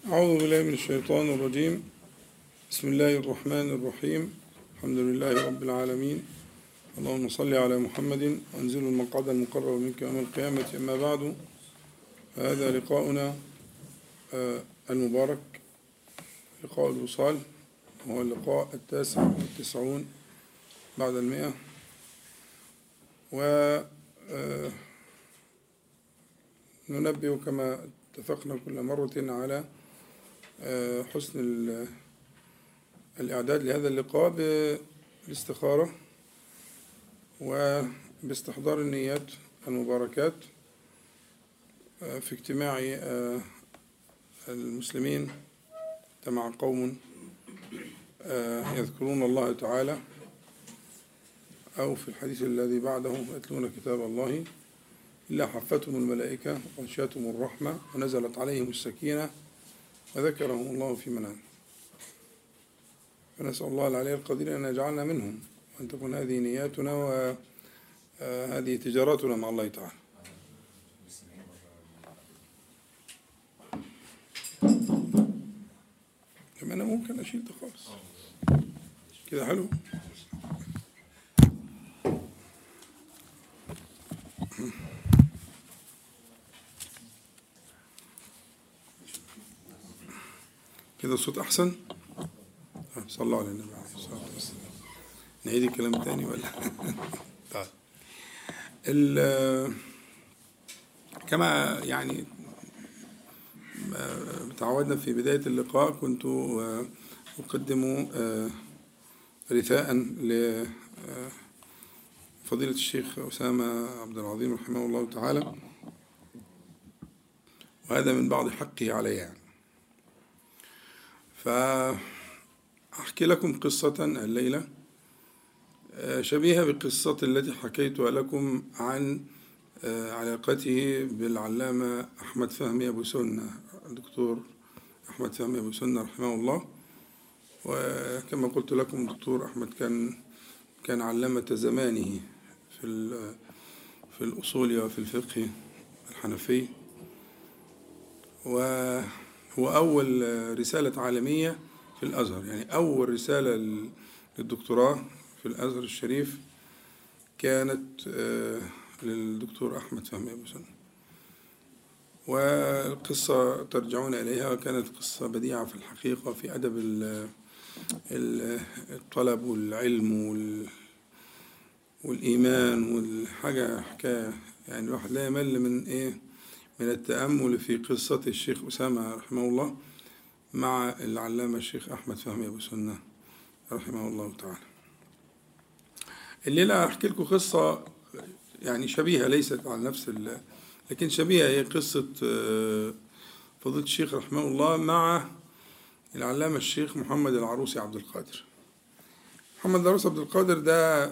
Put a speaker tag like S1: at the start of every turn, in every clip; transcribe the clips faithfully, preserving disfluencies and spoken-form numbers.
S1: أعوذ بالله من الشيطان الرجيم. بسم الله الرحمن الرحيم. الحمد لله رب العالمين. اللهم صل على محمد وانزل المقعد المقرب منك يوم القيامة. أما بعد، هذا لقاؤنا المبارك، لقاء الوصال، وهو اللقاء التاسع والتسعون بعد المئة. وننبه كما اتفقنا كل مرة على حسن الإعداد لهذا اللقاء بالاستخارة وباستحضار النيات المباركات في اجتماع المسلمين. اجتمع قوم يذكرون الله تعالى، أو في الحديث الذي بعده يتلون كتاب الله إلا حفتهم الملائكة وغشيتهم الرحمة ونزلت عليهم السكينة وذكرهم الله في من عنده. فنسأل الله العلي القدير أن يجعلنا منهم، وأن تكون هذه نياتنا وهذه تجاراتنا مع الله تعالى. كما أنا ممكن أشيل ده خالص كده. حلو. كده الصوت أحسن. صلى الله على النبي عليه الصلاة والسلام. نعيد الكلام تاني ولا؟ طيب. كما يعني تعودنا في بداية اللقاء، كنت أقدم رثاء لفضيلة الشيخ أسامة عبد العظيم رحمه الله تعالى، وهذا من بعض حقه علي يعني. فأحكي لكم قصة الليلة شبيهة بالقصة التي حكيتها لكم عن علاقته بالعلامة أحمد فهمي أبو سنة، الدكتور أحمد فهمي أبو سنة رحمه الله. وكما قلت لكم، الدكتور أحمد كان كان علامة زمانه في في الأصول وفي الفقه الحنفي، وهو أول رسالة عالمية في الأزهر، يعني أول رسالة للدكتوراه في الأزهر الشريف كانت للدكتور أحمد فهمي أبو سنة. والقصة ترجعون إليها، وكانت قصة بديعة في الحقيقة في أدب الطلب والعلم والإيمان والحاجة حكاية، يعني الواحد لا يمل من إيه من التأمل في قصة الشيخ أسامة رحمه الله مع العلامة الشيخ أحمد فهمي أبو سنة رحمه الله تعالى. الليلة أحكي لكم قصة يعني شبيهة، ليست على نفس ال لكن شبيهة. هي قصة فضيلة الشيخ رحمه الله مع العلامة الشيخ محمد العروسي عبد القادر. محمد العروسي عبد القادر ده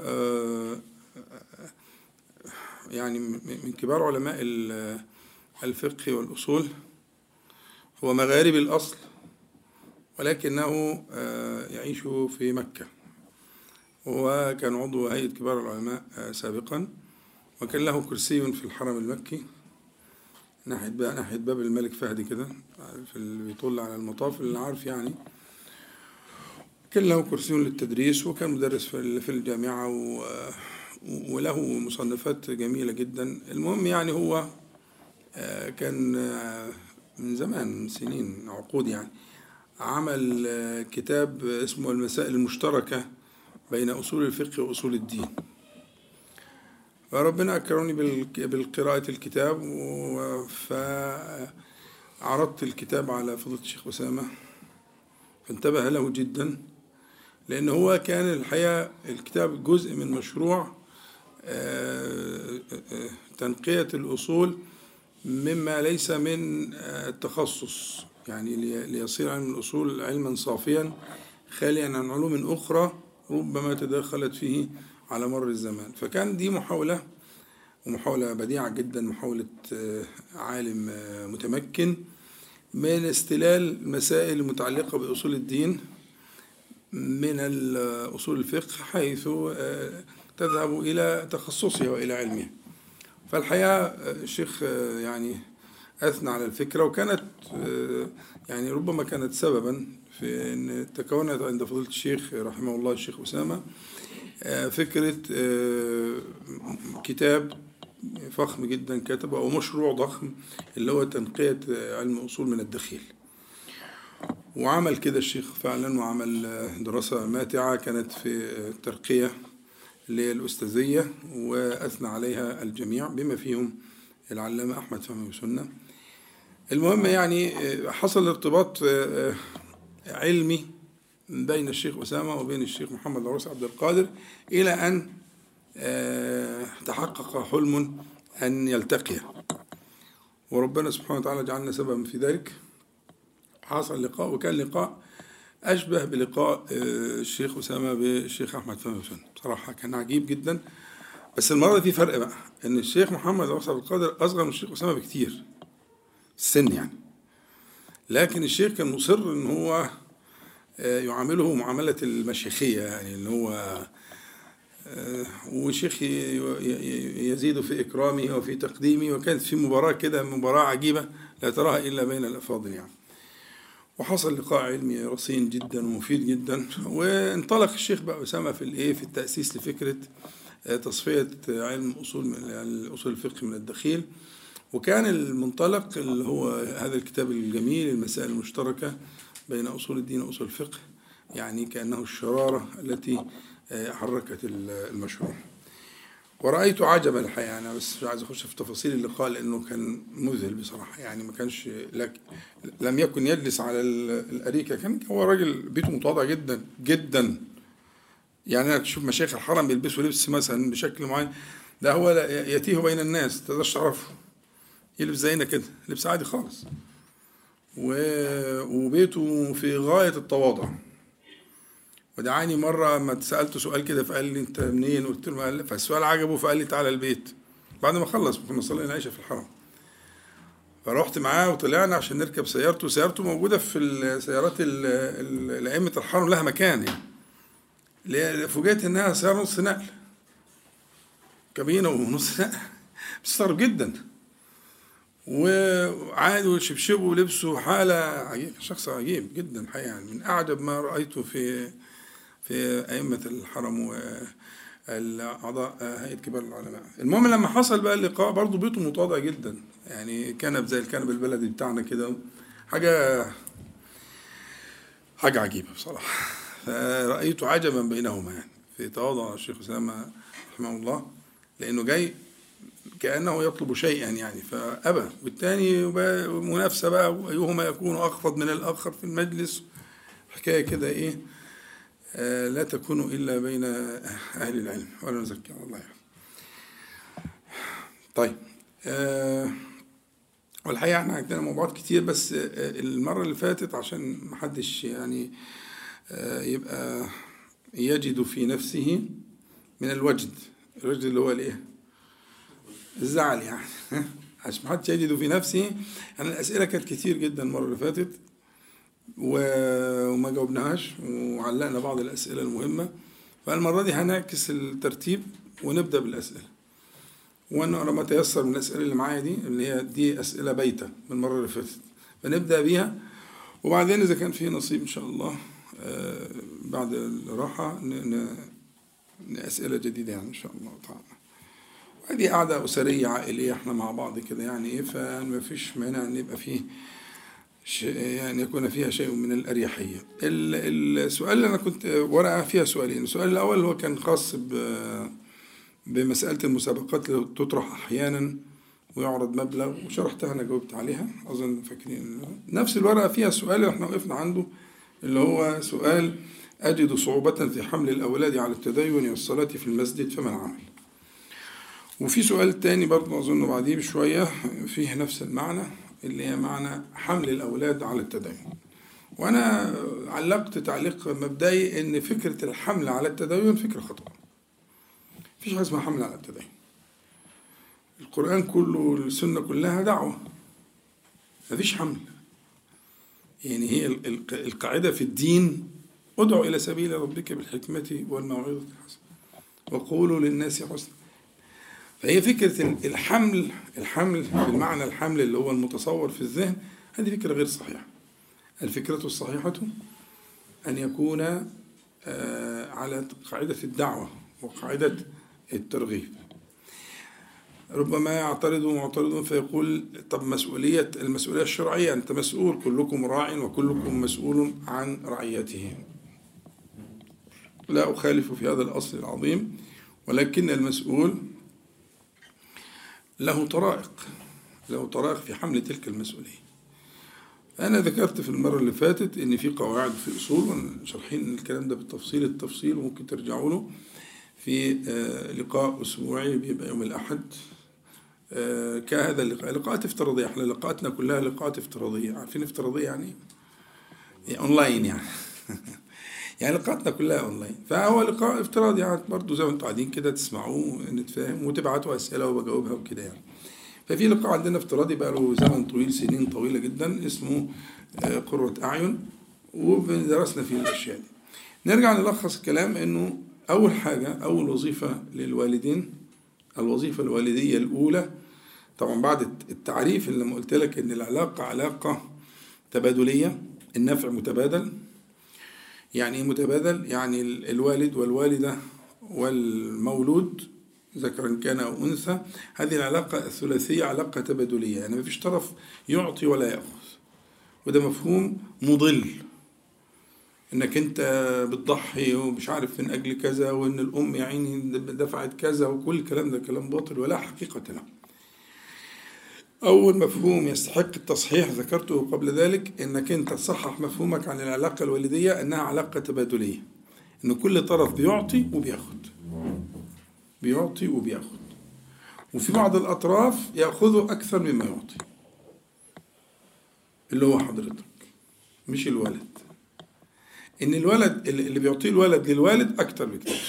S1: يعني من كبار علماء الفقه والأصول. هو مغاربي الأصل، ولكنه يعيش في مكة، وهو كان عضو هيئة كبار العلماء سابقا، وكان له كرسي في الحرم المكي ناحية بقى ناحية باب الملك فهد كده، في اللي بيطل على المطاف اللي عارف يعني. كان له كرسي للتدريس، وكان مدرس في الجامعة، وله مصنفات جميلة جدا. المهم يعني هو كان من زمان، من سنين عقود يعني، عمل كتاب اسمه المسائل المشتركة بين أصول الفقه وأصول الدين. فربنا أكرمني بالقراءة الكتاب، فعرضت الكتاب على فضيلة الشيخ أسامة، فانتبه له جدا، لأن هو كان الحقيقة الكتاب جزء من مشروع تنقية الأصول مما ليس من التخصص، يعني ليصير علم الأصول علما صافيا خاليا عن علوم أخرى ربما تدخلت فيه على مر الزمان. فكان دي محاولة، ومحاولة بديعة جدا، محاولة عالم متمكن من استلال مسائل المتعلقة بأصول الدين من أصول الفقه، حيث تذهب إلى تخصصها وإلى علمها. فالحقيقة الشيخ يعني أثنى على الفكرة، وكانت يعني ربما كانت سببا في أن تكونت عند فضيلة الشيخ رحمه الله الشيخ أسامة فكرة كتاب فخم جدا كتبه، أو مشروع ضخم، اللي هو تنقية علم أصول من الدخيل. وعمل كده الشيخ فعلا، وعمل دراسة ماتعة كانت في الترقية للأستاذية، وأثنى عليها الجميع بما فيهم العلامة أحمد فهمي وسنة. المهم يعني حصل ارتباط علمي بين الشيخ أسامة وبين الشيخ محمد العروسي عبد القادر، إلى أن تحقق حلم أن يلتقيا، وربنا سبحانه وتعالى جعلنا سببا في ذلك. حصل لقاء، وكان لقاء أشبه بلقاء الشيخ أسامة بالشيخ أحمد فهمي وسنة، بصراحة كان عجيب جدا. بس المرة في فرق بقى، إن الشيخ محمد العروسي عبد القادر أصغر من الشيخ أسامة بكتير السن يعني، لكن الشيخ كان مصر إن هو يعامله معاملة المشيخية، يعني إن هو وشيخ يزيد في إكرامه وفي تقديمه، وكانت في مباراة كده، مباراة عجيبة لا تراها إلا بين الأفاضل يعني. وحصل لقاء علمي رصين جدا ومفيد جدا، وانطلق الشيخ بقى أسامة في الإيه في التأسيس لفكرة تصفية علم أصول يعني أصول الفقه من الدخيل. وكان المنطلق اللي هو هذا الكتاب الجميل، المسائل المشتركة بين أصول الدين وأصول الفقه، يعني كأنه الشرارة التي حركت المشروع. ورأيت عجبا الحقيقة، أنا بس مش عايز أخش في تفاصيل اللقاء لأنه كان مذهل بصراحة، يعني ما كانش لك لم يكن يجلس على الأريكة، كان هو راجل بيته متواضع جدا جدا. يعني أنا تشوف مشايخ الحرم بيلبسوا لبس مثلا بشكل معين، ده هو يتيه بين الناس تقدرش تعرفه، يلبس زينا كده لبس عادي خالص، وبيته في غاية التواضع. ودعاني مرة ما سألته سؤال كده فقال لي أنت منين؟ قلت له، فالسؤال عجبه فقال لي تعالى البيت بعد ما خلص، كنا صلينا العشاء في الحرم. فروحت معاه وطلعنا عشان نركب سيارته. سيارته موجودة في السيارات الأئمة الحرم، لها مكان يعني، فوجئت إنها سيارة نص نقل، كابينة ونص نقل، مستغرب جدا. وعاد وشبشبه ولبسه حالة عجيب، شخص عجيب جدا الحقيقة، يعني من أعجب ما رأيته في في أئمة الحرم والأعضاء هيئة كبار العلماء. المهم لما حصل بقى اللقاء، برضه بيته متواضع جدا، يعني كنب زي الكنب البلدي بتاعنا كده، حاجة حاجة عجيبة بصراحة. فرأيت عجبا بينهما يعني في تواضع الشيخ أسامة رحمه الله، لأنه جاي كأنه يطلب شيئا يعني فأبى، والتاني منافسة بقى، وأيهما يكون أخفض من الآخر في المجلس، حكاية كده إيه آه لا تكون إلا بين أهل العلم، ولا نزكي على الله يعني. طيب آه والحقيقة احنا عندنا موضوعات كتير، بس آه المرة اللي فاتت عشان محدش يعني آه يبقى يجد في نفسه من الوجد، الوجد اللي هو الايه؟ الزعل يعني عشان محدش يجد في نفسه. يعني الأسئلة كانت كتير جدا المرة اللي فاتت وما جاوبناهاش، وعلقنا بعض الأسئلة المهمة، فالمرة دي هنعكس الترتيب ونبدأ بالأسئلة. وأنا لما تيسر من الأسئلة اللي معايا دي، اللي هي دي أسئلة بايتة من المرة اللي فاتت، فنبدأ بيها، وبعدين إذا كان فيه نصيب إن شاء الله بعد الراحة أسئلة جديدة يعني إن شاء الله تعالى. هذه قعدة أسرية عائلية احنا مع بعض كده يعني إيه، فما فيش مانع أن يبقى فيه يعني يكون فيها شيء من الأريحية. السؤال اللي أنا كنت ورقة فيها سؤالين، السؤال الأول هو كان خاص بمسألة المسابقات اللي تطرح أحيانا ويعرض مبلغ، وشرحتها أنا جاوبت عليها أظن فاكرين. نفس الورقة فيها سؤال اللي احنا وقفنا عنده، اللي هو سؤال أجد صعوبة في حمل الأولاد على التدين والصلاة في المسجد فما العمل؟ وفي سؤال تاني برضه أظن بعديه بشوية فيه نفس المعنى، اللي هي معنى حمل الأولاد على التدين. وأنا علقت تعليق مبدئي إن فكرة الحمل على التدين فكرة خطأ. مفيش حاجة اسمها حمل على التدين. القرآن كله السنة كلها دعوة، مفيش حمل. يعني هي القاعدة في الدين ادعو إلى سبيل ربك بالحكمة والموعظة الحسنة وقولوا للناس حسنا. فهي فكرة الحمل الحمل بالمعنى الحمل اللي هو المتصور في الذهن، هذه فكرة غير صحيحة. الفكرة الصحيحة أن يكون على قاعدة الدعوة وقاعدة الترغيب. ربما يعترض معترض فيقول طب مسؤولية المسؤولية الشرعية، أنت مسؤول، كلكم راع وكلكم مسؤول عن رعيته. لا أخالف في هذا الأصل العظيم، ولكن المسؤول له طرائق له طرائق في حمل تلك المسؤولية. أنا ذكرت في المرة اللي فاتت إن في قواعد في أصول شرحين الكلام ده بالتفصيل التفصيل، وممكن ترجعوا له في لقاء أسبوعي بيبقى يوم الأحد كهذا اللقاء. لقاءات افتراضية، احنا لقاءاتنا كلها لقاءات افتراضية. عارفين افتراضية يعني إيه؟ أونلاين يعني يعني لقاءاتنا كلها أونلاين، فهو لقاء افتراضي يعني برضه زي ما انتم قاعدين كده تسمعوه نتفاهم وتبعتوا أسئلة وبجاوبها وكده يعني. ففي لقاء عندنا افتراضي بقى له زمن طويل، سنين طويلة جدا، اسمه قرة أعين، ودرسنا فيه الأشياء دي. نرجع نلخص الكلام إنه أول حاجة، أول وظيفة للوالدين الوظيفة الوالدية الأولى، طبعا بعد التعريف اللي لما قلت لك إن العلاقة علاقة تبادلية، النفع متبادل. يعني إيه متبادل؟ يعني الوالد والوالدة والمولود ذكرا كان أو أنثى، هذه العلاقة الثلاثية علاقة تبادلية، يعني ما فيش طرف يعطي ولا يأخذ، وده مفهوم مضل، إنك أنت بتضحي ومش عارف من أجل كذا، وإن الأم يا عيني دفعت كذا، وكل الكلام ده كلام باطل ولا حقيقة له. أول مفهوم يستحق التصحيح ذكرته قبل ذلك، إنك أنت تصحح مفهومك عن العلاقة الوالدية أنها علاقة تبادلية، إن كل طرف بيعطي وبياخد بيعطي وبياخد وفي بعض الأطراف يأخذوا أكثر مما يعطي، اللي هو حضرتك مش الولد. إن الولد اللي بيعطيه الولد للوالد أكثر بكثير،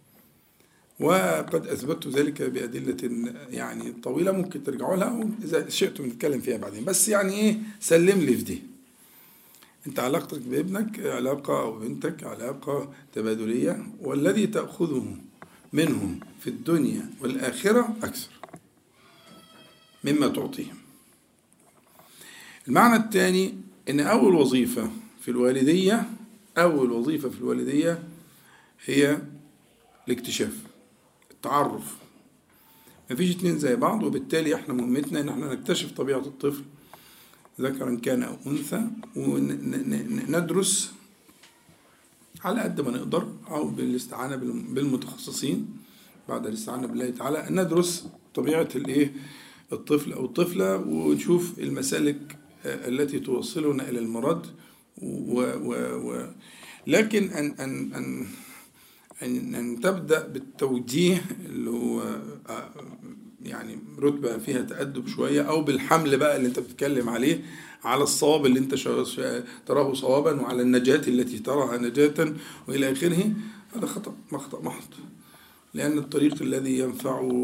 S1: وقد أثبتت ذلك بأدلة يعني طويلة ممكن ترجعوا لها إذا شئتم نتكلم فيها بعدين. بس يعني إيه، سلم لي في دي. أنت علاقتك بابنك علاقة أو بنتك علاقة تبادلية، والذي تأخذه منهم في الدنيا والآخرة أكثر مما تعطيهم. المعنى الثاني إن أول وظيفة في الوالدية أول وظيفة في الوالدية هي الاكتشاف، التعرف. مفيش اتنين زي بعض، وبالتالي احنا مهمتنا ان احنا نكتشف طبيعة الطفل ذكرا كان أو أنثى، وندرس على قد ما نقدر أو بالاستعانة بالمتخصصين بعد الاستعانة بالله تعالى، ندرس طبيعة الايه الطفل أو الطفلة، ونشوف المسالك التي توصلنا إلى المراد. و و و لكن أن أن أن أن, أن تبدأ بالتوجيه اللي هو يعني رتبة فيها تأدب شوية، أو بالحمل بقى اللي أنت بتتكلم عليه على الصواب اللي أنت تراه صوابا، وعلى النجاة التي تراها نجاة وإلى آخره، هذا خطأ مخطأ محض. لأن الطريق الذي ينفع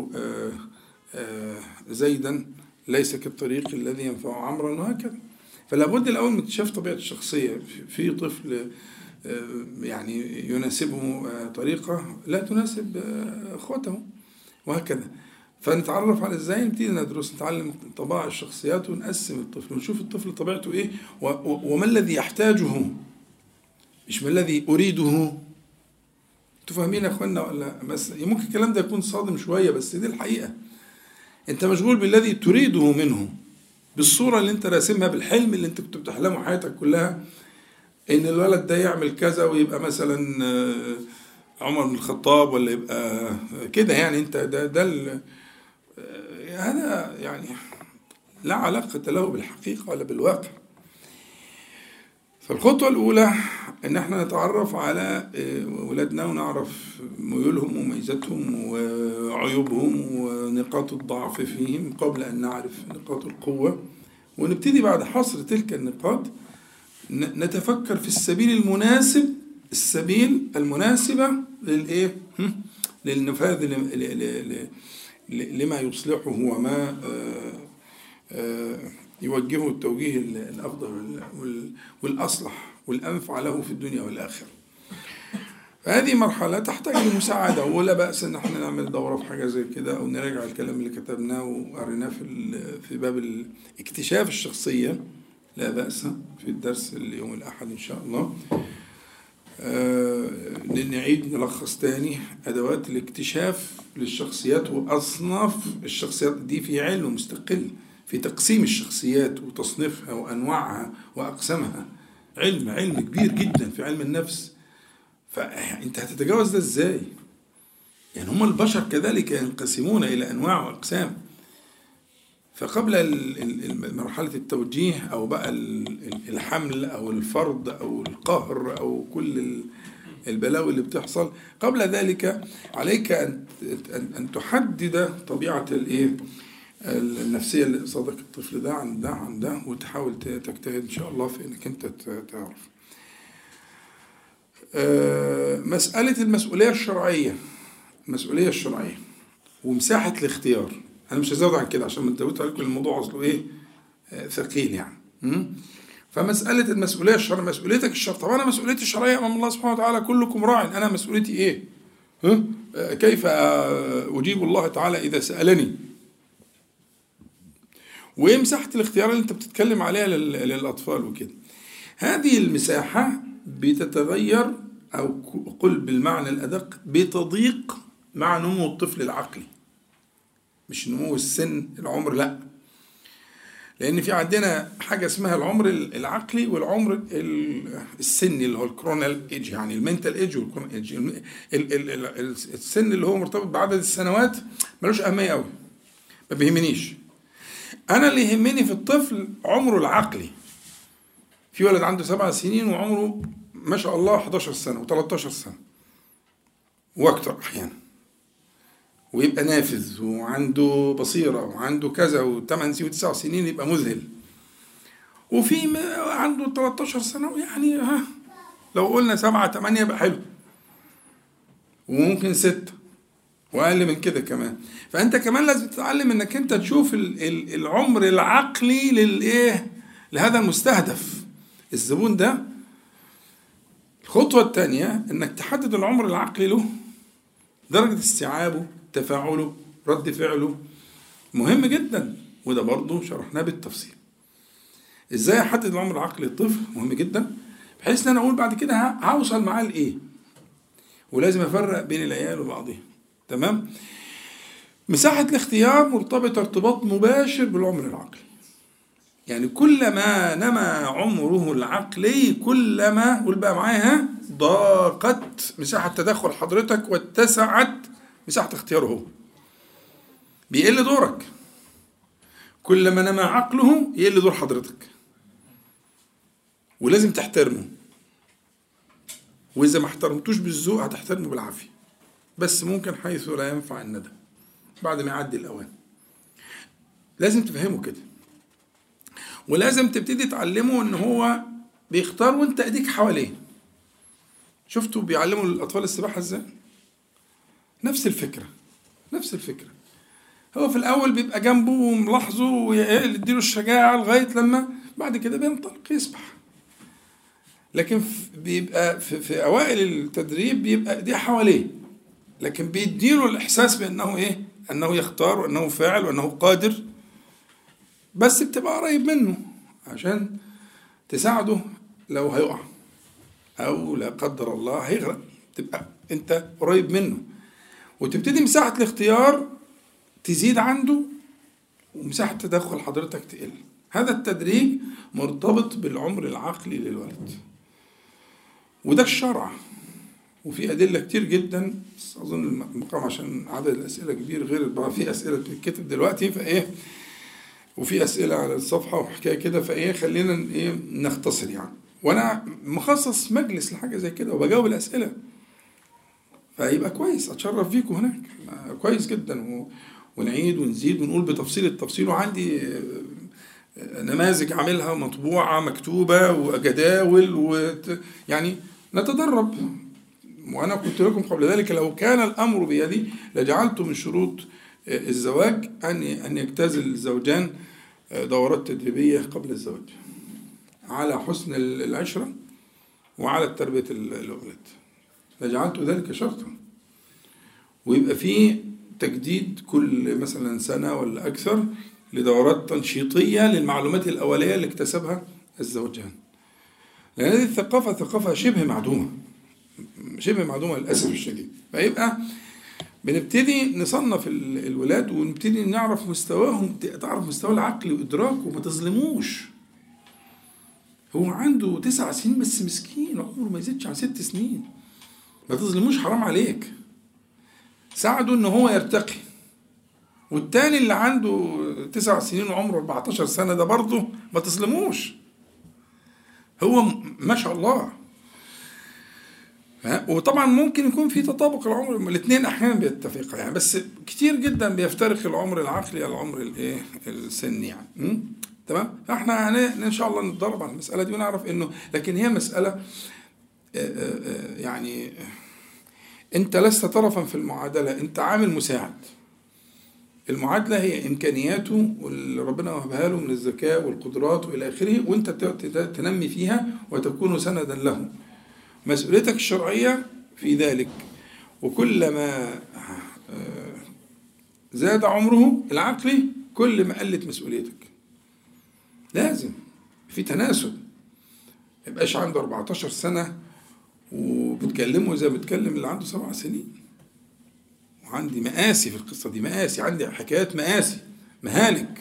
S1: زيدا ليس كالطريق الذي ينفع عمرا، وهكذا. فلا بد الأول من اكتشاف طبيعة الشخصية في طفل يعني يناسبه طريقة لا تناسب أخوته، وهكذا. فنتعرف على ازاي نبتدي ندرس، نتعلم طباع الشخصيات، ونقسم الطفل ونشوف الطفل طبيعته ايه، وما الذي يحتاجه مش ما الذي أريده. تفهمين يا اخوانا ولا؟ بس ممكن الكلام ده يكون صادم شوية، بس دي الحقيقة. انت مشغول بالذي تريده منه، بالصورة اللي انت راسمها، بالحلم اللي انت كنت بتحلمه حياتك كلها، ان الولد ده يعمل كذا ويبقى مثلا عمر بن الخطاب، ولا يبقى كده يعني. انت ده ده هذا يعني لا علاقة له بالحقيقة ولا بالواقع. فالخطوة الأولى إن احنا نتعرف على ولادنا، ونعرف ميولهم وميزاتهم وعيوبهم ونقاط الضعف فيهم قبل أن نعرف نقاط القوة، ونبتدي بعد حصر تلك النقاط نتفكر في السبيل المناسب السبيل المناسبة للإيه؟ للنفاذ لما يصلحه وما يوجهه التوجيه الأفضل والأصلح والأنفع له في الدنيا والآخرة. فهذه مرحلة تحتاج لمساعدة، ولا بأس إن احنا نعمل دورة في حاجة زي كده، أو نراجع الكلام اللي كتبناه وقريناه في في باب اكتشاف الشخصية، لا بأس في الدرس اليوم الأحد إن شاء الله. آه نعيد نلخص تاني أدوات الاكتشاف للشخصيات وأصناف الشخصيات دي في علم مستقل في تقسيم الشخصيات وتصنيفها وأنواعها وأقسامها، علم علم كبير جدا في علم النفس. فأنت هتتجاوز ده إزاي؟ يعني هم البشر كذلك ينقسمون إلى أنواع وأقسام. فقبل مرحلة التوجيه أو بقى الحمل أو الفرض أو القهر أو كل البلاوي اللي بتحصل، قبل ذلك عليك أن أن تحدد طبيعة الإيه النفسية اللي قصادك الطفل ده عن ده عن ده، وتحاول تجتهد إن شاء الله في إنك أنت تعرف. مسألة المسؤولية الشرعية، المسؤولية الشرعية ومساحة الاختيار، أنا مش هزود عن كده عشان ما تزودت عليكم الموضوع أصله إيه ثقيل يعني. فمسألة المسؤولية الشرعية، مسؤوليتك الشرعية. طب أنا مسؤوليتي الشرعية أمام الله سبحانه وتعالى، كلكم راع، أنا مسؤوليتي إيه؟ ها؟ كيف أجيب الله تعالى إذا سألني؟ وإيه مساحة الاختيار اللي أنت بتتكلم عليها للأطفال وكده؟ هذه المساحة بتتغير، أو قل بالمعنى الأدق بتضيق مع نمو الطفل العقلي، مش نمو السن العمر، لا، لأن في عندنا حاجة اسمها العمر العقلي والعمر السني اللي هو الكرونال ايج، يعني المنتال ايج والكرونال ايج. السن اللي هو مرتبط بعدد السنوات ملوش أهمية قوي، ما بيهمنيش. أنا اللي يهمني في الطفل عمره العقلي. في ولد عنده سبع سنين وعمره ما شاء الله حداشر سنة وتلتاشر سنة وأكتر أحيانا، ويبقى نافذ وعنده بصيرة وعنده كذا، وثمان سنين وتسع سنين يبقى مذهل. وفي عنده تلتاشر سنة يعني ها لو قلنا سبعة تمانية يبقى حلو، وممكن ستة وأقل من كده كمان. فأنت كمان لازم تتعلم إنك أنت تشوف العمر العقلي للإيه لهذا المستهدف الزبون ده. الخطوة الثانية إنك تحدد العمر العقلي له، درجة استيعابه، تفاعله، رد فعله، مهم جدا، وده برضه شرحناه بالتفصيل. ازاي احدد العمر العقلي للطفل مهم جدا، بحيث ان انا اقول بعد كده هوصل معاه لايه، ولازم افرق بين العيال وبعضهم. تمام. مساحة الاختيار مرتبطة ارتباط مباشر بالعمر العقلي، يعني كلما نمى عمره العقلي كلما، قول بقى معايا، ضاقت مساحة تدخل حضرتك واتسعت مساحة اختياره هو. بيقل دورك كلما نمى عقله، يقل دور حضرتك، ولازم تحترمه. وإذا ما احترمتوش بالذوق هتحترمه بالعافية، بس ممكن حيث لا ينفع الندى بعد ما يعدي الأوان. لازم تفهمه كده، ولازم تبتدي تعلمه ان هو بيختار وانت ايديك حواليه. شفتوا بيعلموا الاطفال السباحه ازاي؟ نفس الفكره نفس الفكره هو في الاول بيبقى جنبه وملاحظه ويديله الشجاعه لغايه لما بعد كده بينطلق يسبح. لكن بيبقى في, في اوائل التدريب بيبقى ايديه حواليه، لكن بيديله الاحساس بانه ايه، انه يختار وانه فاعل وانه قادر، بس بتبقى قريب منه عشان تساعده لو هيقع او لا قدر الله هيغرق، تبقى انت قريب منه، وتبتدي مساحة الاختيار تزيد عنده ومساحة تدخل حضرتك تقل. هذا التدريج مرتبط بالعمر العقلي للولد، وده الشرع، وفي أدلة كتير جدا. أظن المقام عشان عدد الأسئلة كبير، غير في أسئلة بتتكتب دلوقتي فإيه، وفي أسئلة على الصفحة وحكاية كده، فإيه خلينا إيه نختصر يعني. وأنا مخصص مجلس لحاجة زي كده وبجاوب الأسئلة، فيبقى كويس، أتشرف فيكم هناك كويس جدا، و... ونعيد ونزيد ونقول بتفصيل التفصيل. وعندي نماذج عاملها مطبوعة مكتوبة وجداول وت... يعني نتدرب. وأنا قلت لكم قبل ذلك لو كان الأمر بيدي لجعلت من شروط الزواج أن أن يجتاز الزوجان دورات تدريبية قبل الزواج على حسن العشرة وعلى تربية الأولاد. فجعلت ذلك شرطا، ويبقى فيه تجديد كل مثلا سنة ولا أكثر لدورات تنشيطية للمعلومات الأولية اللي اكتسبها الزوجان، لأن هذه الثقافة ثقافة شبه معدومة، شبه معدومة للأسف الشديد. فيبقى بنبتدي نصنف الولاد ونبتدي نعرف مستواهم، تعرف مستوى العقل وإدراكه وما تظلموش. هو عنده تسع سنين بس مسكين، عمره ما يزيدش عن ست سنين، ما تظلموش حرام عليك، ساعده ان هو يرتقي. والتاني اللي عنده تسع سنين وعمره أربعتاشر سنة ده برضه ما تظلموش، هو ما شاء الله. وطبعا ممكن يكون في تطابق العمر، الاثنين احيانا بيتفقوا يعني، بس كتير جدا بيفترق العمر العقلي على العمر الايه السني يعني. تمام. فاحنا ان شاء الله نتدرب على المساله دي ونعرف انه، لكن هي مساله يعني انت لست طرفا في المعادله، انت عامل مساعد. المعادله هي امكانياته واللي ربنا وهبها له من الذكاء والقدرات والى اخره، وانت تنمي فيها وتكون سندا له. مسؤوليتك الشرعيه في ذلك، وكلما زاد عمره العقلي كل ما قلت مسؤوليتك. لازم في تناسب، ما يبقاش عنده أربعتاشر سنة وبتكلمه زي ما بتكلم اللي عنده سبع سنين. وعندي مآسي في القصة دي، مآسي، عندي حكايات مآسي، مهالك.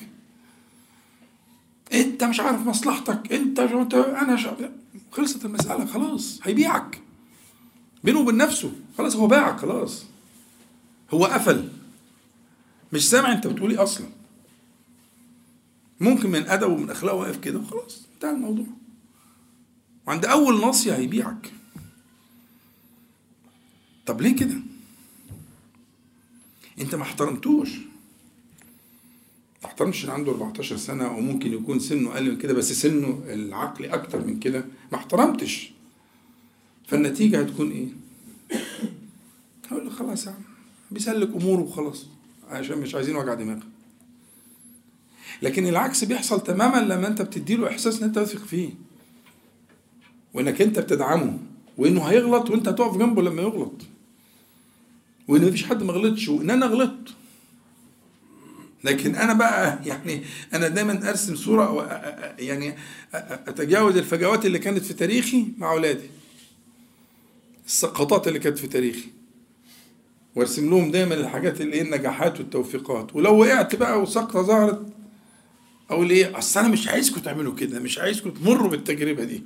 S1: انت مش عارف مصلحتك، انت انت انا شا... خلصت المسألة خلاص، هيبيعك بينه وبين نفسه، خلاص هو باعك، خلاص هو قفل، مش سامع انت بتقولي اصلا. ممكن من ادبه ومن اخلاقه واقف كده وخلاص انتهى الموضوع، وعند اول ناصية هيبيعك. طب ليه كده؟ انت ما احترمتوش، ما احترمش ان عنده أربعتاشر سنة، او ممكن يكون سنه اقل من كده بس سنه العقلي اكتر من كده، ما احترمتش. فالنتيجة هتكون ايه؟ هقول له خلاص يا عم بيسلك اموره وخلاص، عشان مش عايزين وجع دماغ. لكن العكس بيحصل تماما لما انت بتديله احساس ان انت واثق فيه، وانك انت بتدعمه، وانه هيغلط وانت هتقف جنبه لما يغلط، وان مفيش حد ما غلطش، وان انا غلطت. لكن انا بقى يعني انا دايما ارسم صوره يعني اتجاوز الفجوات اللي كانت في تاريخي مع اولادي، السقطات اللي كانت في تاريخي، وارسم لهم دايما الحاجات اللي هي النجاحات والتوفيقات. ولو وقعت بقى وسقطه ظهرت اقول ايه؟ اصل انا مش عايزكم تعملوا كده، مش عايزكم تمروا بالتجربه دي.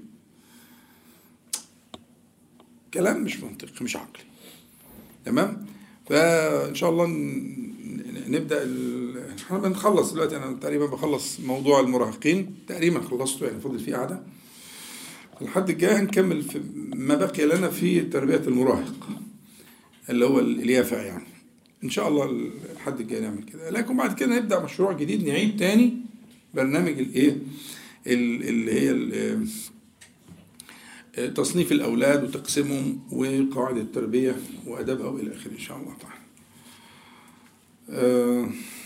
S1: كلام مش منطقي، مش عقلي. تمام. فان شاء الله نبدا ال... احنا بنخلص دلوقتي، انا تقريبا بخلص موضوع المراهقين، تقريبا خلصته يعني، فاضل فيه قعده. الحد الجاي هنكمل في ما بقي لنا في تربيه المراهق اللي هو اليافع يعني، ان شاء الله الحد الجاي نعمل كده. لكن بعد كده نبدا مشروع جديد، نعيد تاني برنامج الايه اللي هي تصنيف الأولاد وتقسيمهم وقواعد التربية وأدابها وإلى آخره إن شاء الله تعالى. أه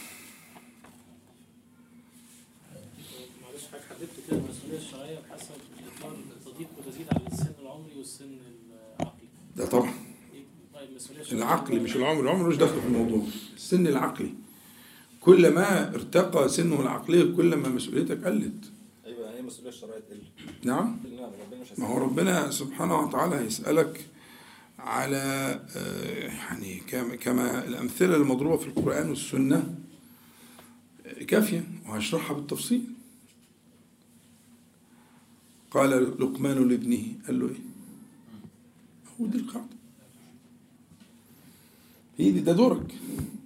S2: معلش حضرتك حددت كده المسؤولية الشرعية بحسب إطار تضيق وتزيد على السن العمري والسن العقلي.
S1: ده طبعا
S2: طيب المسؤولية
S1: العقلي مش العمر، العمر مش داخل في الموضوع. السن العقلي كل ما ارتقى سنه العقلي كل ما مسؤوليتك قلت.
S3: ايوه يعني المسؤوليه الشرعيه تقل.
S1: نعم. ما هو ربنا سبحانه وتعالى هيسألك على يعني كما الأمثلة المضروبة في القرآن والسنة كافية، وهشرحها بالتفصيل. قال لقمان لابنه، قال له ايه؟ هو دي القاعدة، هي دي، ده دورك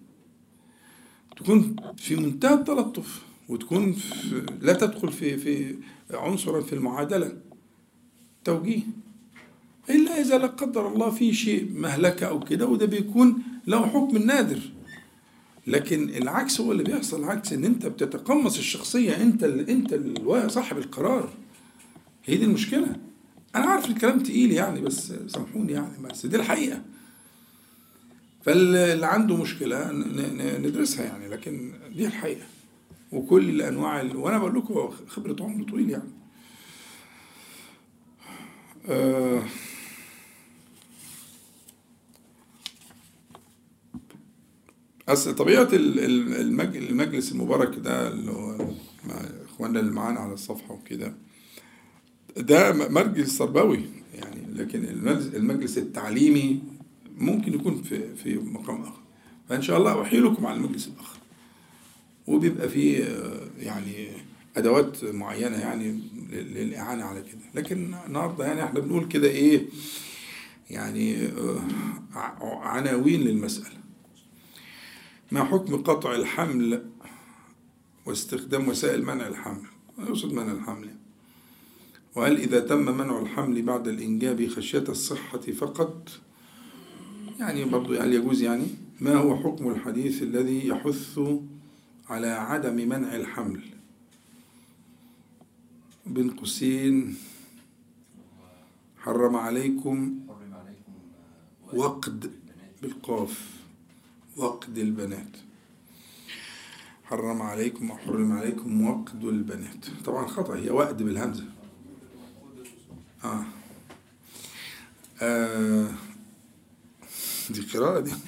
S1: تكون في منتهى التلطف، وتكون في لا تدخل في في عنصرا في المعادلة توجيه، إلا إذا لا قدر الله في شيء مهلكة أو كده، وده بيكون له حكم النادر. لكن العكس هو اللي بيحصل، العكس إن أنت بتتقمص الشخصية، أنت ال أنت ال صاحب القرار. هي دي المشكلة. أنا عارف الكلام تقيل يعني، بس سامحوني يعني، بس دي الحقيقة. فاللي عنده مشكلة ندرسها يعني، لكن دي الحقيقة. وكل الأنواع اللي وأنا بقول لكم خبرة عمر طويل يعني. أه أصل طبيعة ال- ال- المج- المجلس المبارك ده اللي هو مع إخواننا اللي معانا على الصفحة وكده، ده م- مجلس تربوي يعني، لكن المجلس المجلس التعليمي ممكن يكون في في مقام آخر. فإن شاء الله أحيلكم على المجلس الآخر، وبيبقى فيه آه، يعني أدوات معينة يعني لل- للإعانة على كده. لكن النهارده يعني احنا بنقول كده إيه يعني آه، ع- عناوين للمسألة. ما حكم قطع الحمل واستخدام وسائل منع الحمل؟ يقصد منع الحمل. وهل إذا تم منع الحمل بعد الإنجاب خشية الصحة فقط؟ يعني برضو هل يجوز يعني؟ ما هو حكم الحديث الذي يحث على عدم منع الحمل؟ بين قوسين حرم عليكم
S3: حرم عليكم
S1: وقد بالقاف وقد البنات. حرم عليكم وحرم عليكم وقد البنات. طبعا خطأ، هي وقد بالهمزة. آه. آه. دي قراءة دي.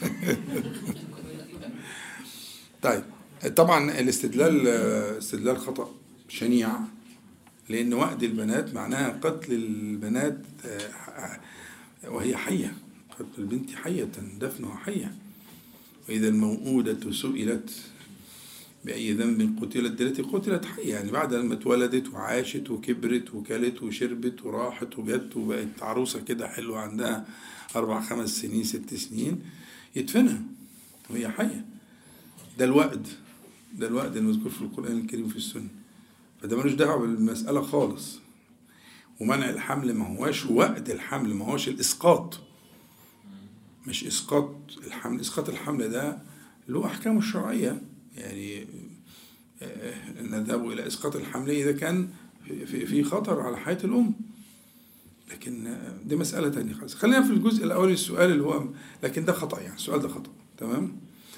S1: طيب طبعا الاستدلال استدلال خطأ شنيع، لأن وقد البنات معناها قتل البنات وهي حية، قتل البنت حية دفنها حية. وإذا الموءودة سئلت بأي ذنب قتلت التي قتلت حية، يعني بعد ما اتولدت وعاشت وكبرت وكلت وشربت وراحت وجت وبقت عروسة كده حلوة عندها أربع خمس سنين ست سنين يدفنها وهي حية. ده الوقد، ده الوقد المذكور في القرآن الكريم في السنة. فده ملوش دعوة بالمسألة خالص. ومنع الحمل ما هواش وقد الحمل، ما هواش الإسقاط، مش إسقاط الحمل. إسقاط الحمل ده له أحكامه الشرعية، يعني نذهب إلى إسقاط الحمل إذا كان في في خطر على حياة الأم، لكن دي مسألة تانية خالص. خلينا في الجزء الأول السؤال اللي هو، لكن ده خطأ يعني، السؤال ده خطأ. تمام.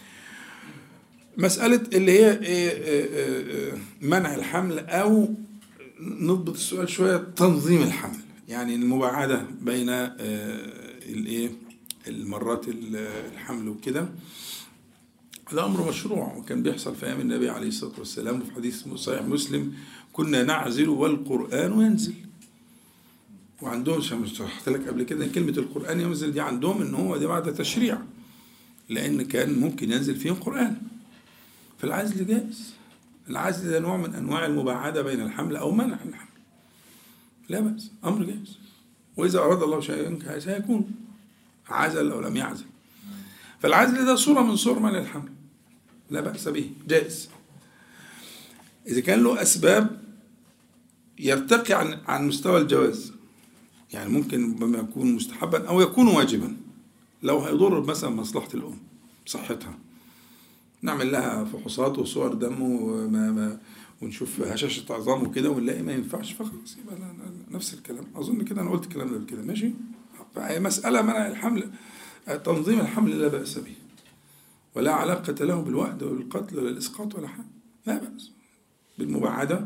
S1: مسألة اللي هي منع الحمل، أو نضبط السؤال شوية، تنظيم الحمل، يعني المباعدة بين الايه المرات الحمل وكده. ده أمر مشروع وكان بيحصل في أيام النبي عليه الصلاة والسلام. وفي حديث صحيح مسلم كنا نعزل والقرآن ينزل. وعندهم شرحت لك قبل كده كلمة القرآن ينزل دي عندهم إن هو دي بعد تشريع، لأن كان ممكن ينزل فيه القرآن. فالعزل جائز. العزل ده نوع من أنواع المباعدة بين الحمل أو منع الحمل، لا بأس، أمر جائز. وإذا أراد الله شيئا سيكون، عزل أو لم يعزل. فالعزل ده صورة من صور منع الحمل، لا بأس به، جائز إذا كان له أسباب يرتقي عن عن مستوى الجواز. يعني ممكن بما يكون مستحبا أو يكون واجبا، لو هيضر مثلا مصلحة الأم صحتها، نعمل لها فحوصات وصور دم وما ما ونشوف هشاشة عظام وكده ونلاقي ما ينفعش، فخلاص يبقى نفس الكلام. أظن كده أنا قلت الكلام ده كده ماشي. مسألة منع الحمل، تنظيم الحمل لا بأس به، ولا علاقة له بالوأد والقتل ولا الإسقاط ولا حاجة، لا بأس بالمباعدة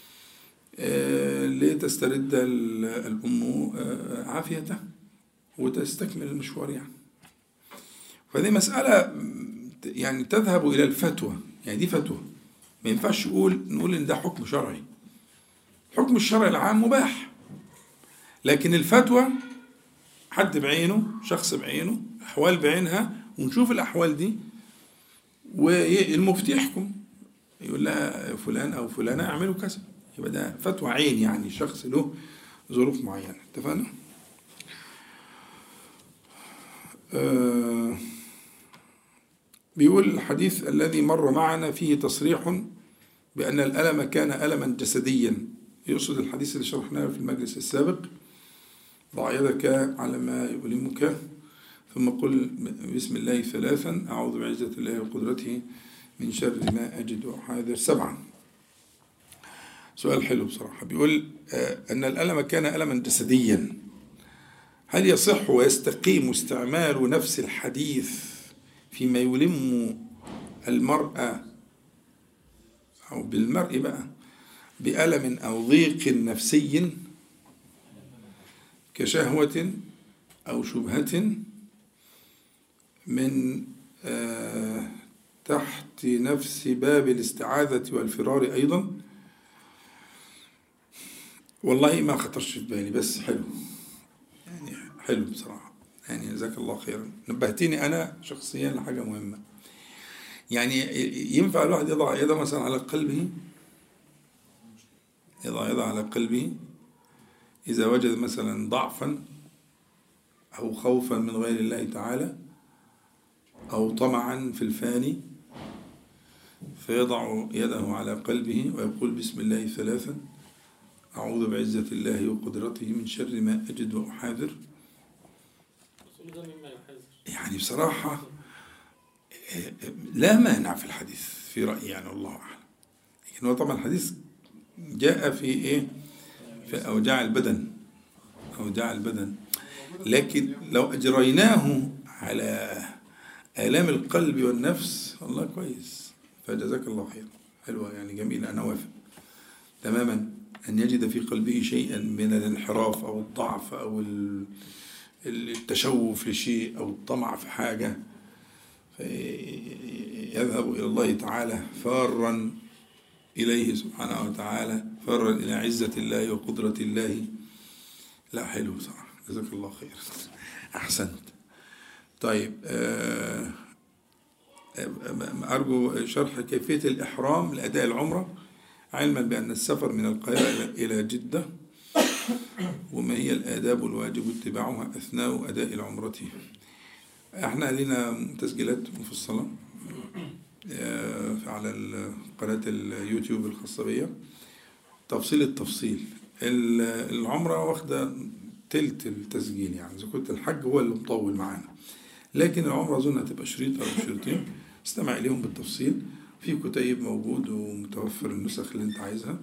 S1: لتسترد الأم عافيتها وتستكمل المشوار يعني. فدي مسألة يعني تذهب إلى الفتوى، يعني دي فتوى، ما ينفعش نقول نقول إن ده حكم شرعي. الحكم الشرعي العام مباح، لكن الفتوى حد بعينه، شخص بعينه، أحوال بعينها، ونشوف الأحوال دي والمفتي يحكم يقول لها فلان أو فلانة اعملوا كذا، يبقى ده فتوى عين، يعني شخص له ظروف معينة. اتفقنا؟ آه بيقول الحديث الذي مر معنا فيه تصريح بأن الألم كان ألما جسديا، يقصد الحديث اللي شرحناه في المجلس السابق: ضع يدك على ما يؤلمك ثم قل بسم الله ثلاثا أعوذ بعزة الله وقدرته من شر ما أجد وأحاذر سبعا. سؤال حلو بصراحة. بيقول أن الألم كان ألما جسديا، هل يصح ويستقيم استعمال نفس الحديث فيما يلم المرأة أو بالمرء بقى بألم أو ضيق نفسي كشهوة أو شبهة من تحت نفس باب الاستعاذة والفرار أيضا؟ والله ما خطرش في بالي، بس حلو يعني، حلو بصراحة يعني، جزاك الله خيرا، نبهتني أنا شخصيا لحاجة مهمة. يعني ينفع الواحد يضع يده مثلا على قلبه، يضع يده على قلبه إذا وجد مثلا ضعفا أو خوفا من غير الله تعالى أو طمعا في الفاني، فيضع يده على قلبه ويقول بسم الله ثلاثا: أعوذ بعزة الله وقدرته من شر ما أجد وأحاذر. يعني بصراحة لا مانع في الحديث في رأيي يعني، الله أعلم. لكن هو طبعا الحديث جاء في إيه؟ في أوجاع البدن، أوجاع البدن، لكن لو أجريناه على آلام القلب والنفس الله كويس، فجزاك الله خير، حلوة يعني، جميل، أنا وافق تماما. أن يجد في قلبه شيئا من الانحراف أو الضعف أو التشوف لشيء أو الطمع في حاجة، فيذهب إلى الله تعالى فارا إليه سبحانه وتعالى، فارا إلى عزة الله وقدرة الله. لا حلو صراحة، جزاك الله خير، أحسنت. طيب أرجو شرح كيفية الإحرام لأداء العمرة، علما بأن السفر من القاهرة إلى جدة، وما هي الآداب الواجب اتباعها أثناء أداء العمرة. احنا لنا تسجيلات مفصلة على قناة اليوتيوب الخاصة بي، تفصيل التفصيل. العمرة واخدة تلت التسجيل يعني، إذا كنت الحج هو اللي مطول معانا، لكن العمرة أظن هتبقى شريط أو شريطين، استمع إليهم بالتفصيل، في كتيب موجود ومتوفر النسخ اللي انت عايزها،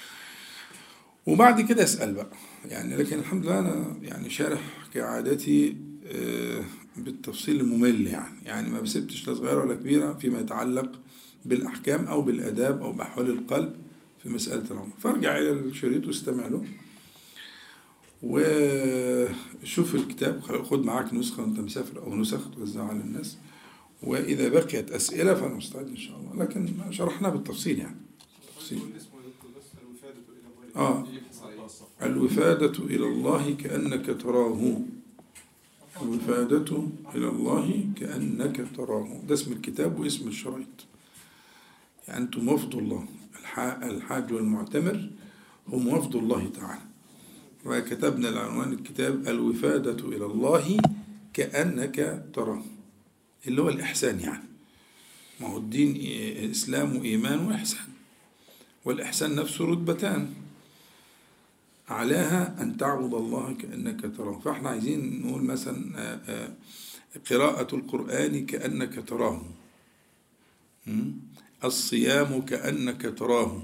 S1: وبعد كده اسأل بقى يعني. لكن الحمد لله أنا يعني شارح كعادتي بالتفصيل الممل يعني، يعني ما بسبتش لا صغيرة ولا كبيرة فيما يتعلق بالأحكام أو بالأداب أو بأحوال القلب في مسألة العمر. فارجع إلى الشريط واستمع له وشوف الكتاب، خد معاك نسخة وانت مسافر أو نسخ توزعها على الناس، وإذا بقيت أسئلة فأنا مستعد إن شاء الله، لكن شرحناه بالتفصيل يعني. آه الوفادة إلى الله كأنك تراه، الوفادة إلى الله كأنك تراه، ده اسم الكتاب واسم الشريط. يعني أنتم وفد الله، الحاج والمعتمر هم وفد الله تعالى، وكتبنا العنوان الكتاب الوفادة إلى الله كأنك تراه، اللي هو الإحسان يعني. ما هو الدين إسلام وإيمان وإحسان، والإحسان نفسه رتبتان، أعلاها أن تعبد الله كأنك تراه. فإحنا عايزين نقول مثلا قراءة القرآن كأنك تراه، الصيام كأنك تراه،